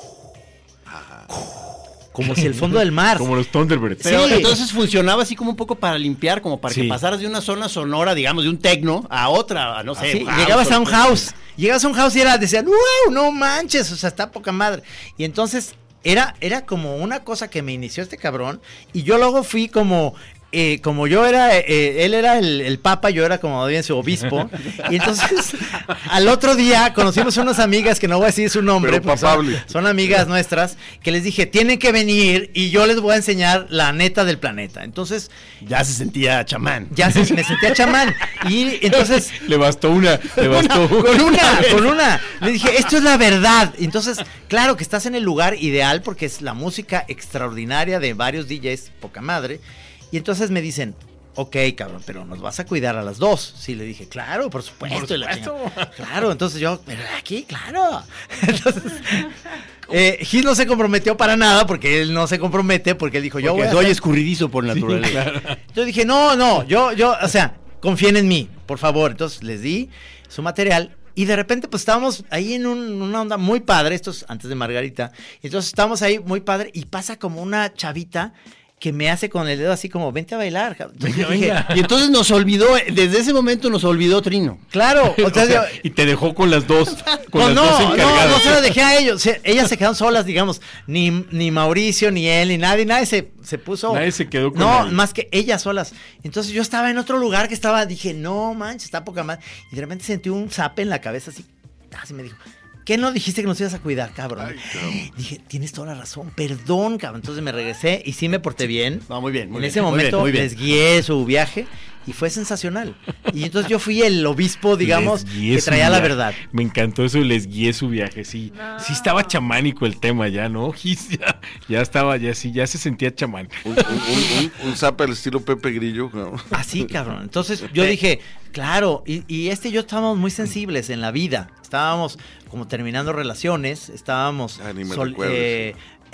como si el fondo del mar. Como los Thunderbirds. Pero Sí. entonces funcionaba así como un poco para limpiar, como para Sí. que pasaras de una zona sonora, digamos, de un tecno a otra, a no sé. Sí, house, llegabas a un o- house, llegabas a un house y era, decían, wow, no manches, o sea, está poca madre. Y entonces era, era como una cosa que me inició este cabrón, y yo luego fui como... eh, como yo era, eh, él era el, el papa, yo era como bien su obispo, y entonces al otro día conocimos unas amigas que no voy a decir su nombre, Pero porque son, papable. son amigas nuestras, que les dije, tienen que venir y yo les voy a enseñar la neta del planeta. Entonces Ya se sentía chamán. ya se, me sentía chamán, y entonces... Le bastó una, le bastó Con una, con una. Le dije, esto es la verdad. Y entonces, claro que estás en el lugar ideal porque es la música extraordinaria de varios D Js, poca madre. Y entonces me dicen, ok, cabrón, pero nos vas a cuidar a las dos. Sí, le dije, claro, por supuesto. Por y la supuesto. chingada. Claro, entonces yo, pero aquí, claro. Entonces, eh, Gis no se comprometió para nada porque él no se compromete porque él dijo, yo Porque voy a soy hacer- escurridizo por naturaleza. Yo dije, no, no, yo, yo, o sea, confíen en mí, por favor. Entonces les di su material y de repente pues estábamos ahí en un- una onda muy padre, esto es antes de Margarita, y entonces estábamos ahí muy padre y pasa como una chavita que me hace con el dedo así como, vente a bailar. cabrón. Entonces yo dije, Y entonces nos olvidó, desde ese momento nos olvidó Trino. claro, o O sea, sea, yo- y te dejó con las dos, con no, las no, dos no, encargadas. no se las dejé a ellos. Se- ellas se quedaron solas, digamos. Ni, ni Mauricio, ni él, ni nadie. Nadie se, se puso. Nadie se quedó con No, nadie. más que ellas solas. Entonces yo estaba en otro lugar que estaba. Dije, no manches, está poca más. Y de repente sentí un zape en la cabeza así. Así me dijo, ¿qué no dijiste que nos ibas a cuidar, cabrón? Ay, cabrón. Dije, tienes toda la razón. Perdón, cabrón. Entonces me regresé y sí me porté bien. No, muy bien, muy en bien, ese muy momento bien, muy bien. les guié su viaje. Y fue sensacional. Y entonces yo fui el obispo, digamos, Les guié que su traía la viaje. verdad. Me encantó eso, les guié su viaje, sí. Sí estaba chamánico el tema ya, ¿no? Gis? Ya, ya estaba, ya sí, ya se sentía chamán. Un, un, un, un, un zap al estilo Pepe Grillo. ¿no? Así, cabrón. Entonces yo dije, claro, y, y este y yo estábamos muy sensibles en la vida. Estábamos como terminando relaciones, estábamos... Ah, ni me sol- recuerdes. eh,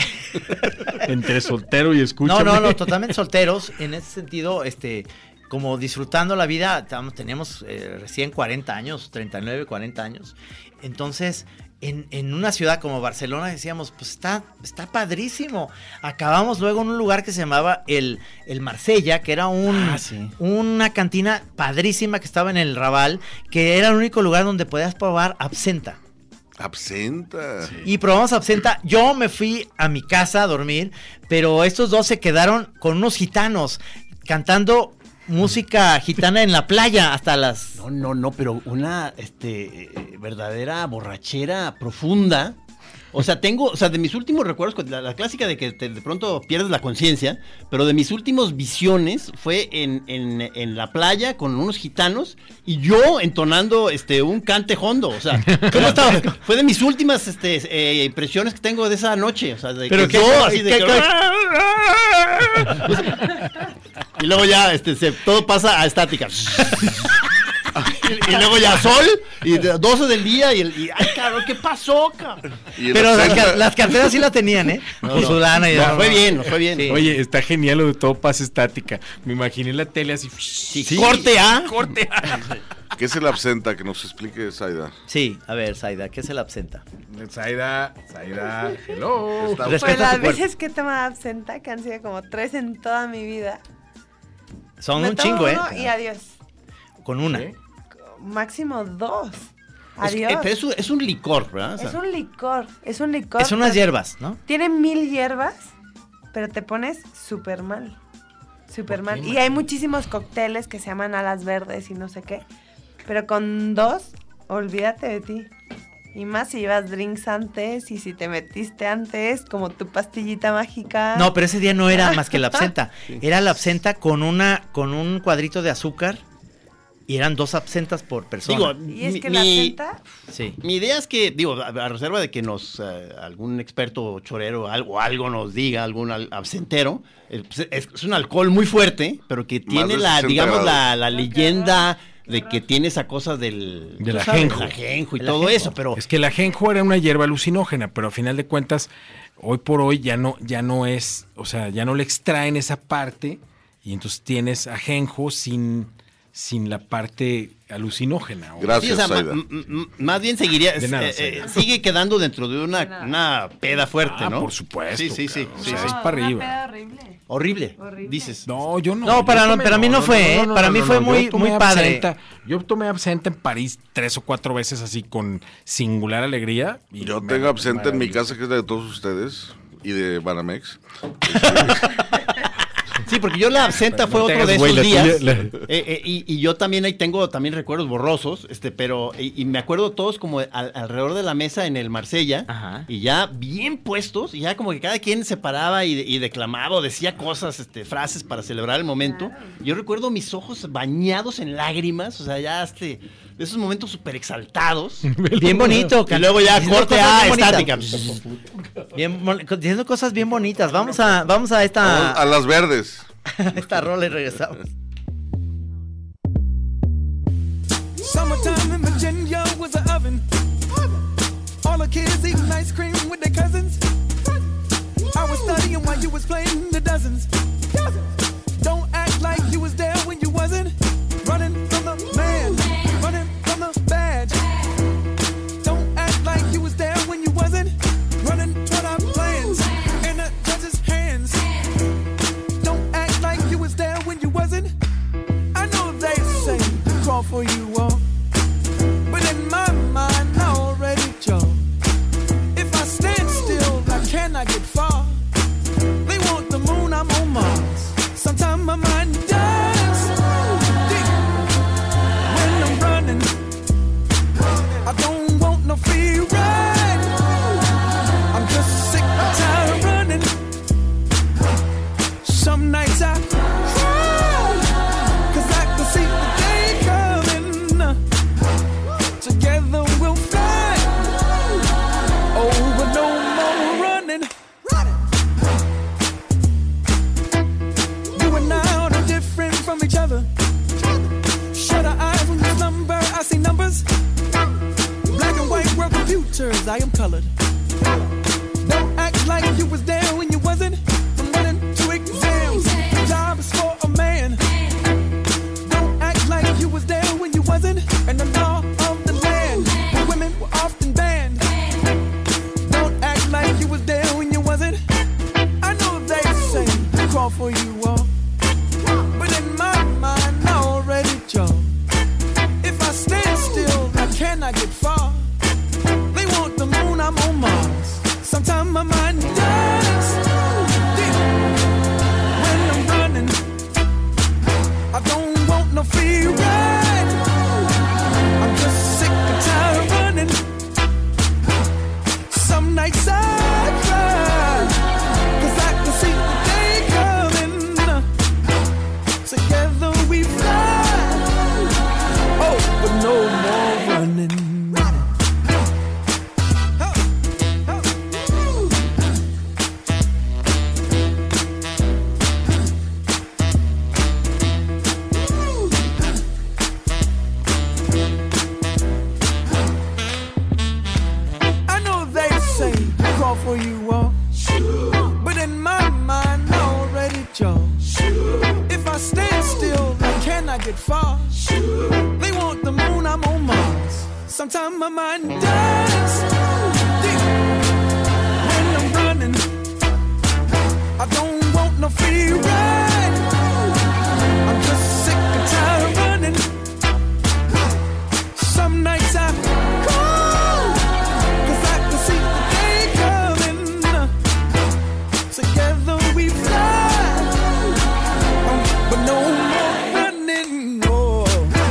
Entre soltero y no, escúchame. no, no, totalmente solteros. En ese sentido, este... como disfrutando la vida, estábamos- teníamos eh, recién cuarenta años, treinta y nueve, cuarenta años. Entonces, en, en una ciudad como Barcelona decíamos, pues está, está padrísimo. Acabamos luego en un lugar que se llamaba el, el Marsella, que era un, Ah, sí. una cantina padrísima que estaba en el Raval, que era el único lugar donde podías probar absenta. Absenta. Y probamos absenta. Yo me fui a mi casa a dormir, pero estos dos se quedaron con unos gitanos cantando música gitana en la playa hasta las... No, no, no, pero una este, eh, verdadera borrachera profunda. O sea, tengo, o sea, de mis últimos recuerdos, la, la clásica de que te, de pronto pierdes la conciencia, pero de mis últimos visiones fue en, en, en la playa con unos gitanos y yo entonando este un cante hondo, o sea, ¿cómo estaba? Fue de mis últimas este, eh, impresiones que tengo de esa noche, o sea, de pero que qué, yo así de qué, que... qué... y luego ya este, se, todo pasa a estática. Y, y luego ya sol, y de doce del día, y, el, y ay, cabrón, ¿qué pasó, cabrón? Pero las, ca- las carteras sí la tenían, ¿eh? No, Con no, su lana y no, no, fue bien, no fue bien. Sí. Oye, está genial lo de todo pasa estática. Me imaginé la tele así. Sí, sí. Corte A. Corte A. ¿Qué es el absenta? Que nos explique Zaida. Sí, a ver, Zaida, ¿qué es el absenta? Zaida, Zaida, hello. Está- Pues Respeta las tu cuerpo. veces que he tomado absenta, que han sido como tres en toda mi vida. Son me un tomo chingo, ¿eh? uno y adiós. Con una. ¿Eh? Máximo dos. Es, Adiós. eh, pero es, un, es un licor, ¿verdad? O sea, Es un licor, es un licor. Es unas pero hierbas, ¿no? Tiene mil hierbas, pero te pones súper mal. Súper ¿Por mal. qué, Y hay muchísimos cócteles que se llaman alas verdes y no sé qué. Pero con dos, olvídate de ti. Y más si llevas drinks antes y si te metiste antes, como tu pastillita mágica. No, pero ese día no era más que la absenta. Era la absenta con una, con un cuadrito de azúcar y eran dos absentas por persona. digo, Y es mi- que la mi- absenta, sí. Mi idea es que, digo, a, a reserva de que nos, eh, algún experto chorero algo, algo nos diga, algún al- absentero, eh, pues, es, es un alcohol muy fuerte, pero que tiene de la, sesenta digamos, la, grados. la leyenda de que tiene esa cosa del... Del tú sabes, ajenjo. del ajenjo y El todo ajenjo. eso, pero... Es que el ajenjo era una hierba alucinógena, pero a final de cuentas, hoy por hoy ya no, ya no es, o sea, ya no le extraen esa parte y entonces tienes ajenjo sin, sin la parte alucinógena. ¿o? Gracias, Sí, o sea, ma- Zaida. m- m- más bien seguiría, De nada, eh, eh, Zaida. sigue quedando dentro de una, una peda fuerte, Ah, ¿no? por supuesto. Sí, sí, sí. cabrón, sí, o sea, sí. es para arriba. horrible. Horrible, Horrible. dices. No, yo no. No, yo para- tomé- para mí no fue, ¿eh? Para mí fue muy- Yo tomé muy padre. absenta. Yo tomé absenta en París tres o cuatro veces así con singular alegría. y Yo me- tengo absenta en mi maravilloso. casa, que es la de todos ustedes, y de Banamex. Sí, porque yo la absenta fue No te otro hagas de güey, esos la días. tuya- la- Eh, eh, y, y yo también ahí tengo también recuerdos borrosos, este, pero y, y me acuerdo todos como al- alrededor de la mesa en el Marsella, Ajá. y ya bien puestos, y ya como que cada quien se paraba y, y declamaba o decía cosas, este, frases para celebrar el momento. Yo recuerdo mis ojos bañados en lágrimas, o sea, ya este, de esos momentos súper exaltados. Bien bonito. Y luego ya diciendo corte cosas A, bien estática. bonitas. Bien, mon- diciendo cosas bien bonitas. Vamos a, vamos a A, esta, a las verdes. esta rola y regresamos. Summertime in Virginia was an oven. All the kids eating ice cream with their cousins. I was studying while you was playing the dozens. Don't act like you was there when you wasn't. Running from the man, running from the badge. Don't act like you was there when you wasn't. Running toward our plans in the judge's hands. Don't act like you was there when you wasn't. I know they say crawl for you all, but in my mind I already chose. If I stand still, I cannot get far. They want the moon, I'm on Mars. Sometimes my mind does deep when I'm running. I don't want no free ride. I'm just sick and tired of running. Some nights I cry, 'cause I can see the day coming. Together we'll fly. Oh, but no more running. You and I are different from each other. Shut our eyes when you number, I see numbers. Black and white world computers, I am colored. Don't act like you was there when you wasn't. From running to exams, the job is for a man. Don't act like you was there when you wasn't. And the law of the land, where women were often banned. Don't act like you was there when you wasn't. I know they say crawl for you all, but in my mind I already chose. If I stand still, I cannot get far. They want the moon, I'm on Mars. I stand still, can I get far? They want the moon, I'm on Mars. Sometimes my mind dies. When I'm running, I don't want no free ride. I'm just sick and tired of running. Some nights I call, cause I can see the day coming. Together we fly, but no more running. Oh.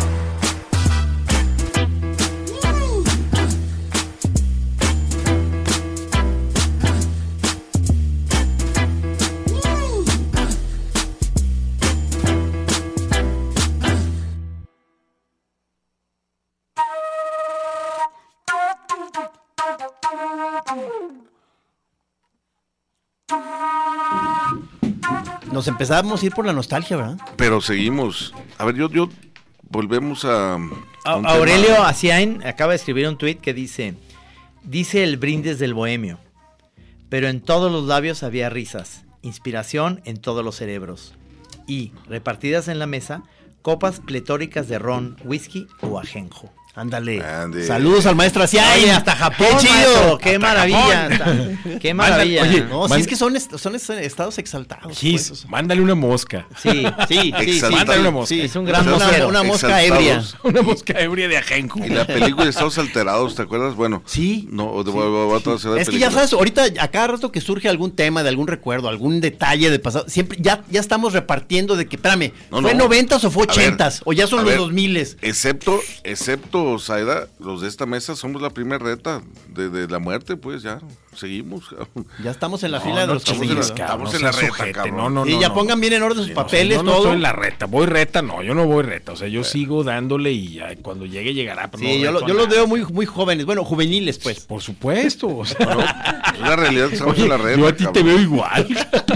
Nos empezamos a ir por la nostalgia, ¿verdad? Pero seguimos. A ver, yo, yo volvemos a. A, un Aurelio tema. Aciain acaba de escribir un tuit que dice: dice el brindis del bohemio, pero en todos los labios había risas, inspiración en todos los cerebros, y, repartidas en la mesa, copas pletóricas de ron, whisky o ajenjo. Ándale. Ande. Saludos al maestro Aciain. Oye, hasta Japón, ¡Qué chido! maestro, qué Hasta maravilla, Japón. hasta- qué maravilla. Oye, No, sí, es que son, est- son est- estados exaltados. Gis, pues. mándale una mosca. Sí, sí, sí, sí. Exaltado. Mándale una mosca. Sí, Es un gran una, mosquero. una mosca Exaltados. ebria. Una mosca ebria de ajenjo. Y la película de Estados Alterados, ¿te acuerdas? Bueno. Sí. No, o de Sí, voy- voy- voy a sí. tratar de hacer Es que película. ya sabes, ahorita a cada rato que surge algún tema de algún recuerdo, algún detalle de pasado, siempre ya, ya estamos repartiendo de que, espérame, No, ¿fue no. noventas o fue A ver, ochentas? O ya son a los ver, dos miles. Excepto, excepto, Zaida, los de esta mesa somos la primera reta de, de la muerte, pues ya, seguimos. cabrón. Ya estamos en la No, fila de no, los estamos en la- chiquillos. cabrón, estamos no en la seas reta, ojete, cabrón. No, no, Y no, ya no. pongan bien en orden sus No, papeles, no, no todo. estoy en la reta, voy reta, no, yo no voy reta, o sea, yo sigo dándole y ya, cuando llegue llegará. pero Sí, no yo, lo- reto yo a los nada. veo muy, muy jóvenes, bueno, juveniles, pues. Por supuesto, o sea, No, es la realidad que estamos oye, en la reta. yo a ti te cabrón. veo igual.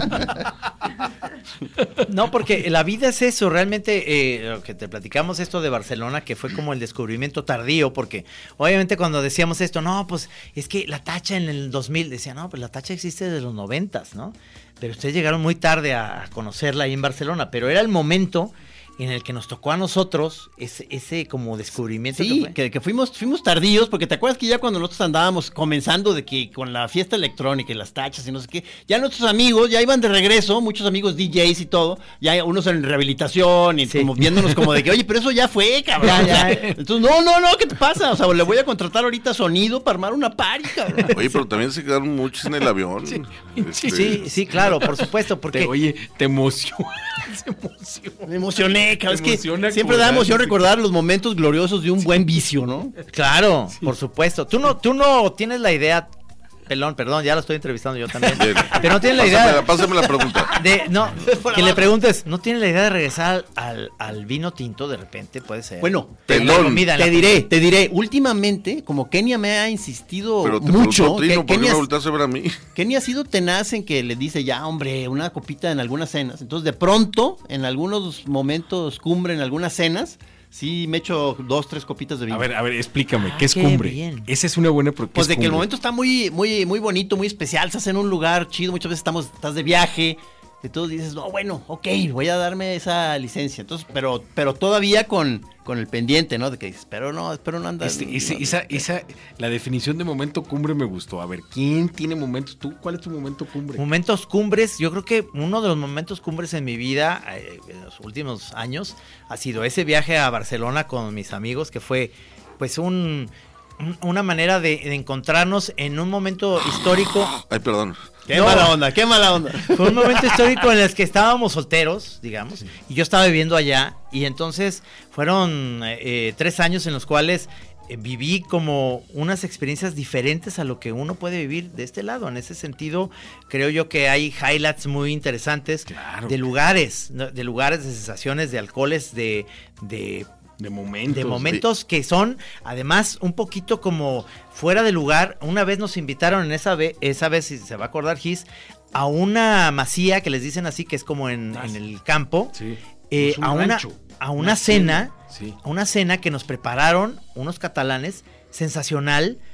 No, porque la vida es eso, realmente, eh, lo que te platicamos esto de Barcelona, que fue como el descubrimiento tardío, porque obviamente cuando decíamos esto, no, pues es que la tacha en el dos mil, decía, no, pues la tacha existe desde los noventas, ¿no? Pero ustedes llegaron muy tarde a conocerla ahí en Barcelona, pero era el momento en el que nos tocó a nosotros ese, ese como descubrimiento. Sí, fue. que, que fuimos, fuimos tardíos, porque te acuerdas que ya cuando nosotros andábamos comenzando de que con la fiesta electrónica y las tachas y no sé qué, ya nuestros amigos ya iban de regreso, muchos amigos D Js y todo, ya unos en rehabilitación y Sí. como viéndonos como de que, oye, pero eso ya fue, cabrón. Ya, ya. Entonces, no, no, no, ¿qué te pasa? O sea, le voy a contratar ahorita sonido para armar una party, cabrón. Oye, pero también se quedaron muchos en el avión. Sí, Este, Sí, sí, claro, por supuesto, porque... Te- oye, te emociona, se emociona. Me emocioné, cabrón. Es Te que emociona siempre da acordarse. emoción recordar los momentos gloriosos de un buen vicio, ¿no? Claro, por supuesto. Tú no, tú no tienes la idea, pelón, perdón, ya lo estoy entrevistando yo también. Bien. Pero no tienes la Pásame idea la- pásame la pregunta. de, no, que le preguntes, no tienes la idea de regresar al, al vino tinto de repente, puede ser. Bueno, En la pelón, comida, en la Te comida. diré, te diré, últimamente, como Kenia me ha insistido Pero te mucho, preguntó Trino, que- ¿por qué Kenia, me volteaste a ver a mí? Kenia ha sido tenaz en que le dice ya, hombre, una copita en algunas cenas. Entonces, de pronto, en algunos momentos cumbre, en algunas cenas, sí me echo dos, tres copitas de vino. A ver, a ver, explícame, ¿qué es qué cumbre? bien. Esa es una buena porque Pues es de que el cumbre. momento está muy, muy, muy bonito, muy especial, estás en un lugar chido, muchas veces estamos, estás de viaje, y tú dices, no, bueno, ok, voy a darme esa licencia. Entonces, pero, pero todavía con, con el pendiente, ¿no? De que dices, pero no, espero no andar. Este, ese- no- esa, esa, la definición de momento cumbre me gustó. A ver, ¿quién tiene momentos? ¿Tú? ¿Cuál es tu momento cumbre? Momentos cumbres, yo creo que uno de los momentos cumbres en mi vida, eh, en los últimos años, ha sido ese viaje a Barcelona con mis amigos, que fue pues un, un- una manera de, de encontrarnos en un momento histórico. Ay, perdón. Qué No. mala onda, qué mala onda. Fue un momento histórico en el que estábamos solteros, digamos, y yo estaba viviendo allá, y entonces fueron eh, tres años en los cuales eh, viví como unas experiencias diferentes a lo que uno puede vivir de este lado. En ese sentido, creo yo que hay highlights muy interesantes Claro. de lugares, ¿no? De lugares, de sensaciones, de alcoholes, de... de De momentos. de momentos que son además un poquito como fuera de lugar. Una vez nos invitaron en esa vez, esa vez si se va a acordar Gis, a una masía que les dicen así, que es como en, Ah, en sí. el campo, Sí. eh, Es un a una rancho. a una Una cena, Sí. a una cena que nos prepararon unos catalanes, sensacional,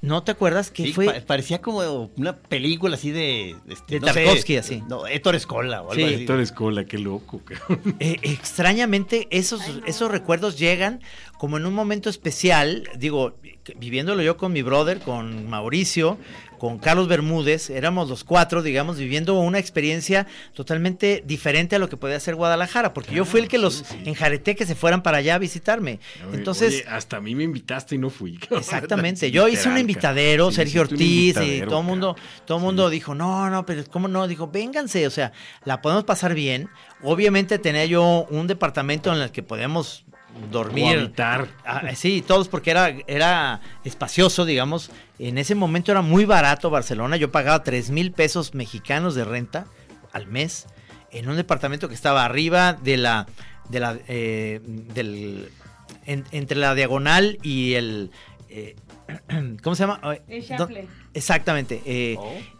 ¿No te acuerdas que Sí, fue? pa- parecía como una película así de... Este, De no sé, Tarkovsky, así. No, Héctor Escola o algo Sí. así. Héctor Escola, qué loco, cabrón. Eh, extrañamente, esos, esos recuerdos llegan como en un momento especial, digo, viviéndolo yo con mi brother, con Mauricio, con Carlos Bermúdez, éramos los cuatro, digamos, viviendo una experiencia totalmente diferente a lo que podía ser Guadalajara, porque yo fui el que los enjareté que se fueran para allá a visitarme. Entonces, Oye, hasta a mí me invitaste y no fui. cabrón. exactamente, Sí, yo hice literal, un invitadero, sí, Sergio hiciste un Ortiz, y invitadero, todo el mundo, todo el mundo dijo, no, no, pero ¿cómo no? Dijo, vénganse, o sea, la podemos pasar bien. Obviamente tenía yo un departamento en el que podíamos dormir. O habitar. Ah, sí, todos, porque era, era espacioso, digamos. En ese momento era muy barato Barcelona. Yo pagaba tres mil pesos mexicanos de renta al mes en un departamento que estaba arriba de la, de la, eh, del, en- entre la diagonal y el, eh, ¿cómo se llama? El Do- Chaple. Exactamente. eh,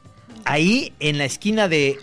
Ahí en la esquina de,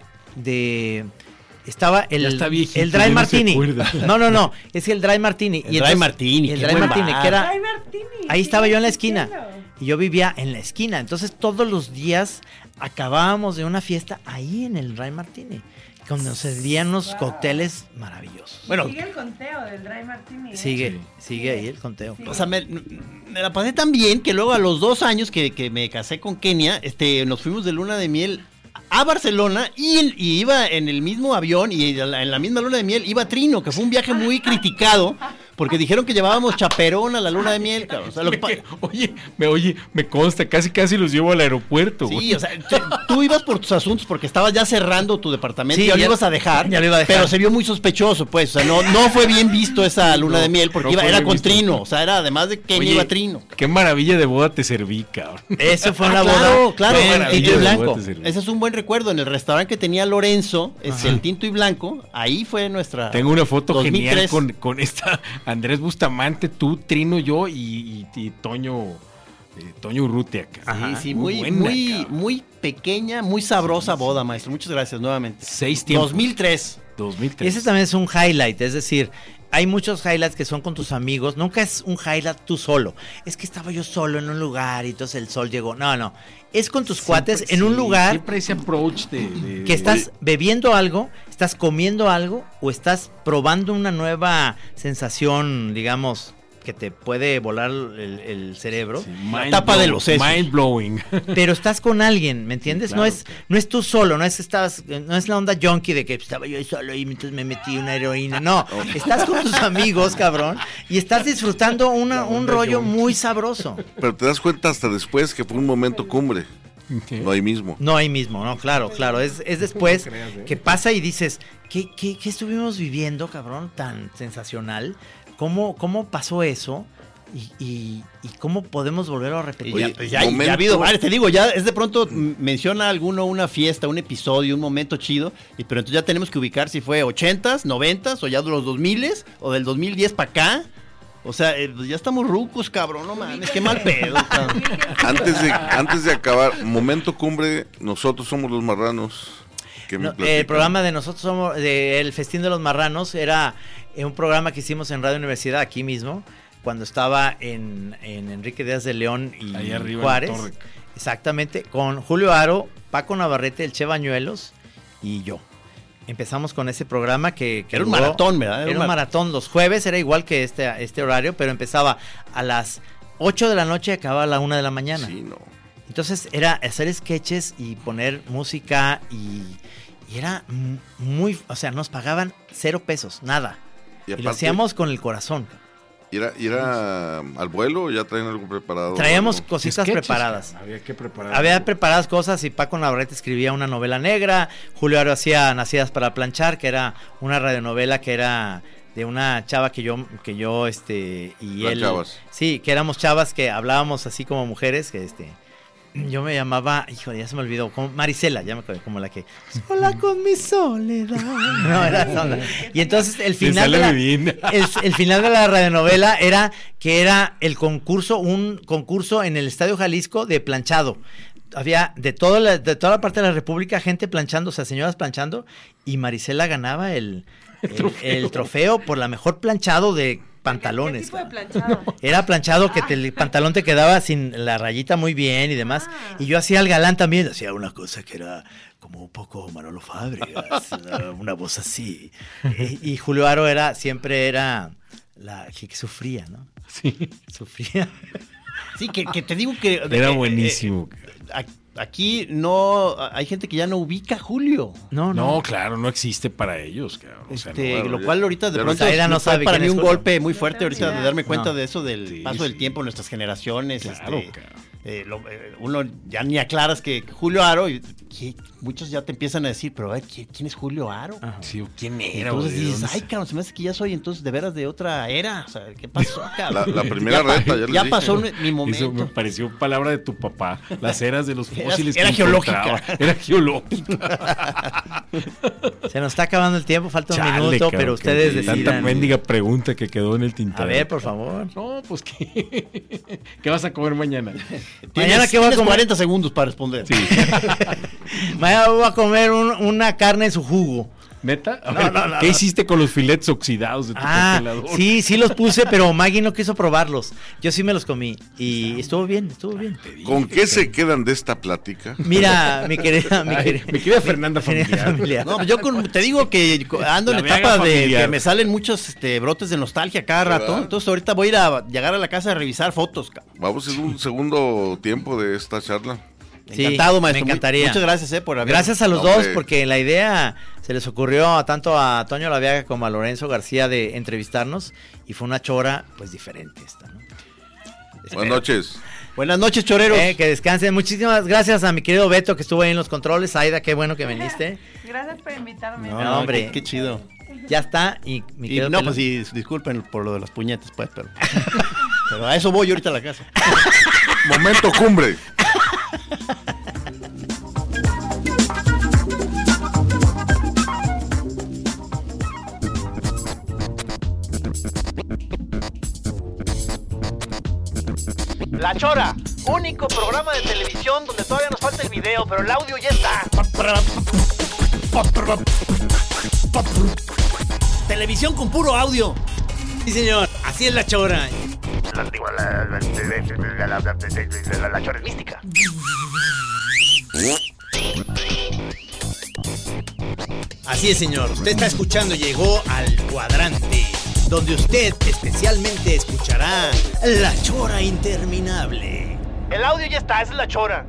de estaba el, Ya está viejito, el ya Dry no se Martini. acuerda. No, no, no, es el Dry Martini. El Dry Martini, El qué Dry buen Martini, bar. que era, Ay, Martini. ahí sí, estaba yo en la esquina. existiendo. Y yo vivía en la esquina. Entonces todos los días acabábamos de una fiesta ahí en el Dry Martini, donde nos servían unos Wow. cócteles maravillosos. Bueno, Sigue el conteo del Dry Martini. ¿eh? sigue, Sí. sigue ahí el conteo. Sí. O sea, me, me la pasé tan bien que luego a los dos años que, que me casé con Kenia, este, nos fuimos de luna de miel a Barcelona y, el- y iba en el mismo avión y en la, en la misma luna de miel iba Trino, que fue un viaje muy criticado porque dijeron que llevábamos chaperón a la luna de miel, cabrón. O sea, lo que pa- Oye, me oye, me consta, casi casi los llevo al aeropuerto, güey. Sí, o sea, tú, tú ibas por tus asuntos porque estabas ya cerrando tu departamento, Sí, ya lo ya- ibas a dejar, ya lo iba a dejar. pero se vio muy sospechoso, pues, o sea, no, no fue bien visto esa luna No, de miel porque no iba, fue era bien con visto. Trino, o sea, era además de que Oye, iba Trino. Qué maravilla de boda te serví, cabrón. Eso fue una Ah, boda. claro, claro. fue en Maravilla tinto y de blanco. boda te serví. Ese es un buen recuerdo, en el restaurante que tenía Lorenzo, es Ajá. el tinto y blanco, ahí fue nuestra... Tengo una foto dos mil genial tres. con, con esta Andrés Bustamante, tú, Trino, yo y, y- y Toño, eh, Toño Urrutia. cabrón. Sí, sí, muy, buena, muy, cabrón. muy pequeña, muy sabrosa boda, maestro. Muchas gracias nuevamente. Seis tiempos. dos mil tres. dos mil Y tres. ese también es un highlight, es decir, hay muchos highlights que son con tus amigos, nunca es un highlight tú solo. Es que estaba yo solo en un lugar y entonces el sol llegó. No, no, es con tus Siempre- cuates en un sí, lugar Siempre ese approach de... de- que estás bebiendo algo, estás comiendo algo o estás probando una nueva sensación, digamos, que te puede volar el, el cerebro. Sí, mind tapa de blowing, los sesos. Mind blowing. Pero estás con alguien, ¿me entiendes? Sí, no claro, es claro. no es tú solo, no es estás no es la onda junkie de que estaba yo ahí solo y entonces me metí una heroína. No, estás con tus amigos, cabrón, y estás disfrutando una, un onda rollo junkie. muy sabroso. Pero te das cuenta hasta después que fue un momento cumbre. No ahí mismo. No ahí mismo, no, claro, claro, es, es después No creas, ¿eh? que pasa y dices, ¿qué, qué, qué estuvimos viviendo, cabrón, tan sensacional? ¿Cómo, cómo pasó eso? Y, y, y cómo podemos volverlo a repetir. Oye, Ya, pues ya, ya momento- ha habido varios, te digo, ya es de pronto m- menciona alguno una fiesta, un episodio, un momento chido, y pero entonces ya tenemos que ubicar si fue ochentas, noventas o ya de los dos miles o del dos mil diez para acá. O sea, eh, pues ya estamos rucos, cabrón, no mames, qué mal pedo. cabrón. Antes de, antes de acabar, momento cumbre, nosotros somos los marranos. ¿Qué me No, platican? el programa de nosotros somos de El Festín de los Marranos era eh, un programa que hicimos en Radio Universidad aquí mismo cuando estaba en, en Enrique Díaz de León y Ahí arriba en la Juárez, torre. exactamente, con Julio Aro, Paco Navarrete, el Che Bañuelos y yo. Empezamos con ese programa que, que Era un duró- maratón, ¿verdad? Era un maratón. Los jueves era igual que este, este horario, pero empezaba a las ocho de la noche y acababa a la una de la mañana. Sí, no. Entonces era hacer sketches y poner música y, y era m- muy, o sea, nos pagaban cero pesos, nada. Y Y, lo aparte- hacíamos con el corazón. ¿Y era, y era al vuelo o ya traen algo preparado? Traíamos Algo? cositas Sketches, preparadas. Había que preparar. Había preparadas cosas y Paco Navarrete escribía una novela negra, Julio Aro hacía Nacidas para planchar, que era una radionovela que era de una chava que yo que yo este y Las él chavas. sí, que éramos chavas que hablábamos así como mujeres, que este yo me llamaba, híjole, ya se me olvidó, como Marisela, ya me acuerdo, como la que sola con mi soledad. No, era esa onda. Y entonces el Le final sale de la, bien. el, el final de la radionovela era que era el concurso, un concurso en el Estadio Jalisco de planchado. Había de toda la, de toda la parte de la República gente planchando, o sea, señoras planchando, y Marisela ganaba el, el, el trofeo por la mejor planchado de pantalones. ¿Qué tipo de planchado? Era planchado que te- el pantalón te quedaba sin la rayita muy bien y demás. Ah. Y yo hacía el galán también, hacía una cosa que era como un poco Manolo Fábregas, una, una voz así. Y, y Julio Aro era, siempre era la que, que sufría, ¿no? Sí. Sufría. Sí, que, que te digo que... Era eh, buenísimo. eh, a- aquí no... Hay gente que ya no ubica a Julio. No, No, claro, no existe para ellos, cabrón. O sea, Este, no, lo cual ahorita de ya pronto no sabe. me No fue sabe para quién mí es un Julio. golpe muy fuerte ahorita de darme cuenta No. de eso del Sí, paso sí. del tiempo, nuestras generaciones. Claro, este, cabrón. eh, lo- eh, uno ya ni aclaras que Julio Aro, y, ¿qué? Muchos ya te empiezan a decir, pero a ver, ¿quién, quién es Julio Aro? Sí, ¿quién Y era? entonces güey? dices, ¿Dónde ay, se- cabrón, se me hace que ya soy entonces de veras de otra era. O sea, ¿qué pasó, cabrón? La- la primera Ya pa- reta, ya les Ya dije. pasó mi Eso me momento. pareció palabra de tu papá. Las eras de los Era- fósiles. era que geológica. encontraba. Era geológica. Se nos está acabando el tiempo, falta un Chale, minuto, cabrón, pero que- ustedes Tanta decidan. mendiga pregunta que quedó en el tintero. A ver, por favor. No, pues ¿qué? ¿Qué vas a comer mañana? Mañana, ¿qué voy a Tienes comer? cuarenta segundos para responder. Sí. Mañana voy a comer un- una carne en su jugo. ¿Neta? A No, ver, no, no, ¿qué no. hiciste con los filetes oxidados de tu Ah, congelador? sí, sí los puse, pero Maggie no quiso probarlos. Yo sí me los comí y estuvo bien, estuvo bien. ¿Con qué se quedan de esta plática? Mira, mi querida, mi Ay, querida, mi querida Fernanda querida Familiar. No, pues yo con- te digo que ando en La la etapa Vega de familiar. que me salen muchos este, brotes de nostalgia cada rato. ¿Verdad? Entonces ahorita voy a ir a llegar a la casa a revisar fotos. cabrón. Vamos a hacer un segundo tiempo de esta charla. Sí, Encantado, maestro. me encantaría. Muchas gracias eh, por haber. Gracias a los No, dos, hombre. porque la idea se les ocurrió a tanto a Toño Laviaga como a Lorenzo García de entrevistarnos y fue una chora pues diferente esta, ¿no? Buenas noches. Buenas noches, choreros. Eh, que descansen. Muchísimas gracias a mi querido Beto que estuvo ahí en los controles. Aida, qué bueno que viniste. Gracias por invitarme. No, No, hombre. Qué, qué chido. Ya está. Y mi Y, querido no, Pelón. pues sí, disculpen por lo de las puñetas, pues, pero. Pero a eso voy ahorita a la casa. Momento cumbre. La Chora, único programa de televisión donde todavía nos falta el video, pero el audio ya está. Televisión con puro audio. Sí, señor. Así es la chora. La, la, la, la, la, la, la Chora es mística. Así es, señor. Usted está escuchando, llegó al cuadrante, donde usted especialmente escuchará la chora interminable. El audio ya está, esa es la Chora.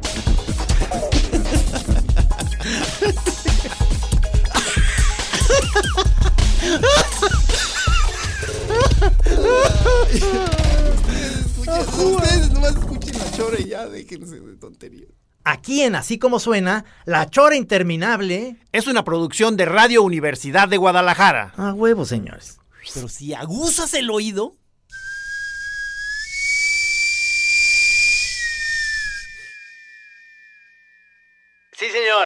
Ustedes nomás escuchen la chora y ya déjense de tonterías. Aquí en Así Como Suena, la chora interminable. Es una producción de Radio Universidad de Guadalajara. A huevo, señores. Pero si aguzas el oído. Sí, señor.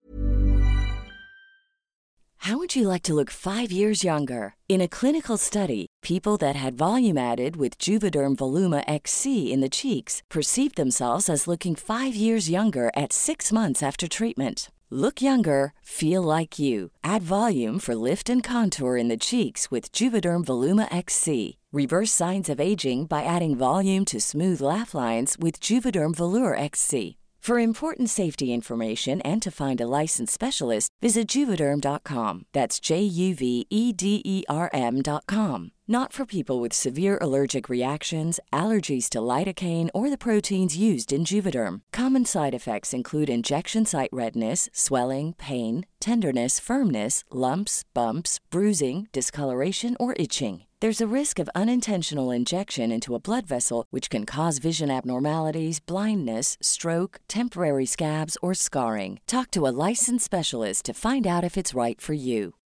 How would you like to look five years younger? In a clinical study, people that had volume added with Juvederm Voluma X C in the cheeks perceived themselves as looking five years younger at six months after treatment. Look younger, feel like you. Add volume for lift and contour in the cheeks with Juvederm Voluma X C. Reverse signs of aging by adding volume to smooth laugh lines with Juvederm Volure X C. For important safety information and to find a licensed specialist, visit Juvederm dot com. That's J U V E D E R M dot com. Not for people with severe allergic reactions, allergies to lidocaine, or the proteins used in Juvederm. Common side effects include injection site redness, swelling, pain, tenderness, firmness, lumps, bumps, bruising, discoloration, or itching. There's a risk of unintentional injection into a blood vessel, which can cause vision abnormalities, blindness, stroke, temporary scabs, or scarring. Talk to a licensed specialist to find out if it's right for you.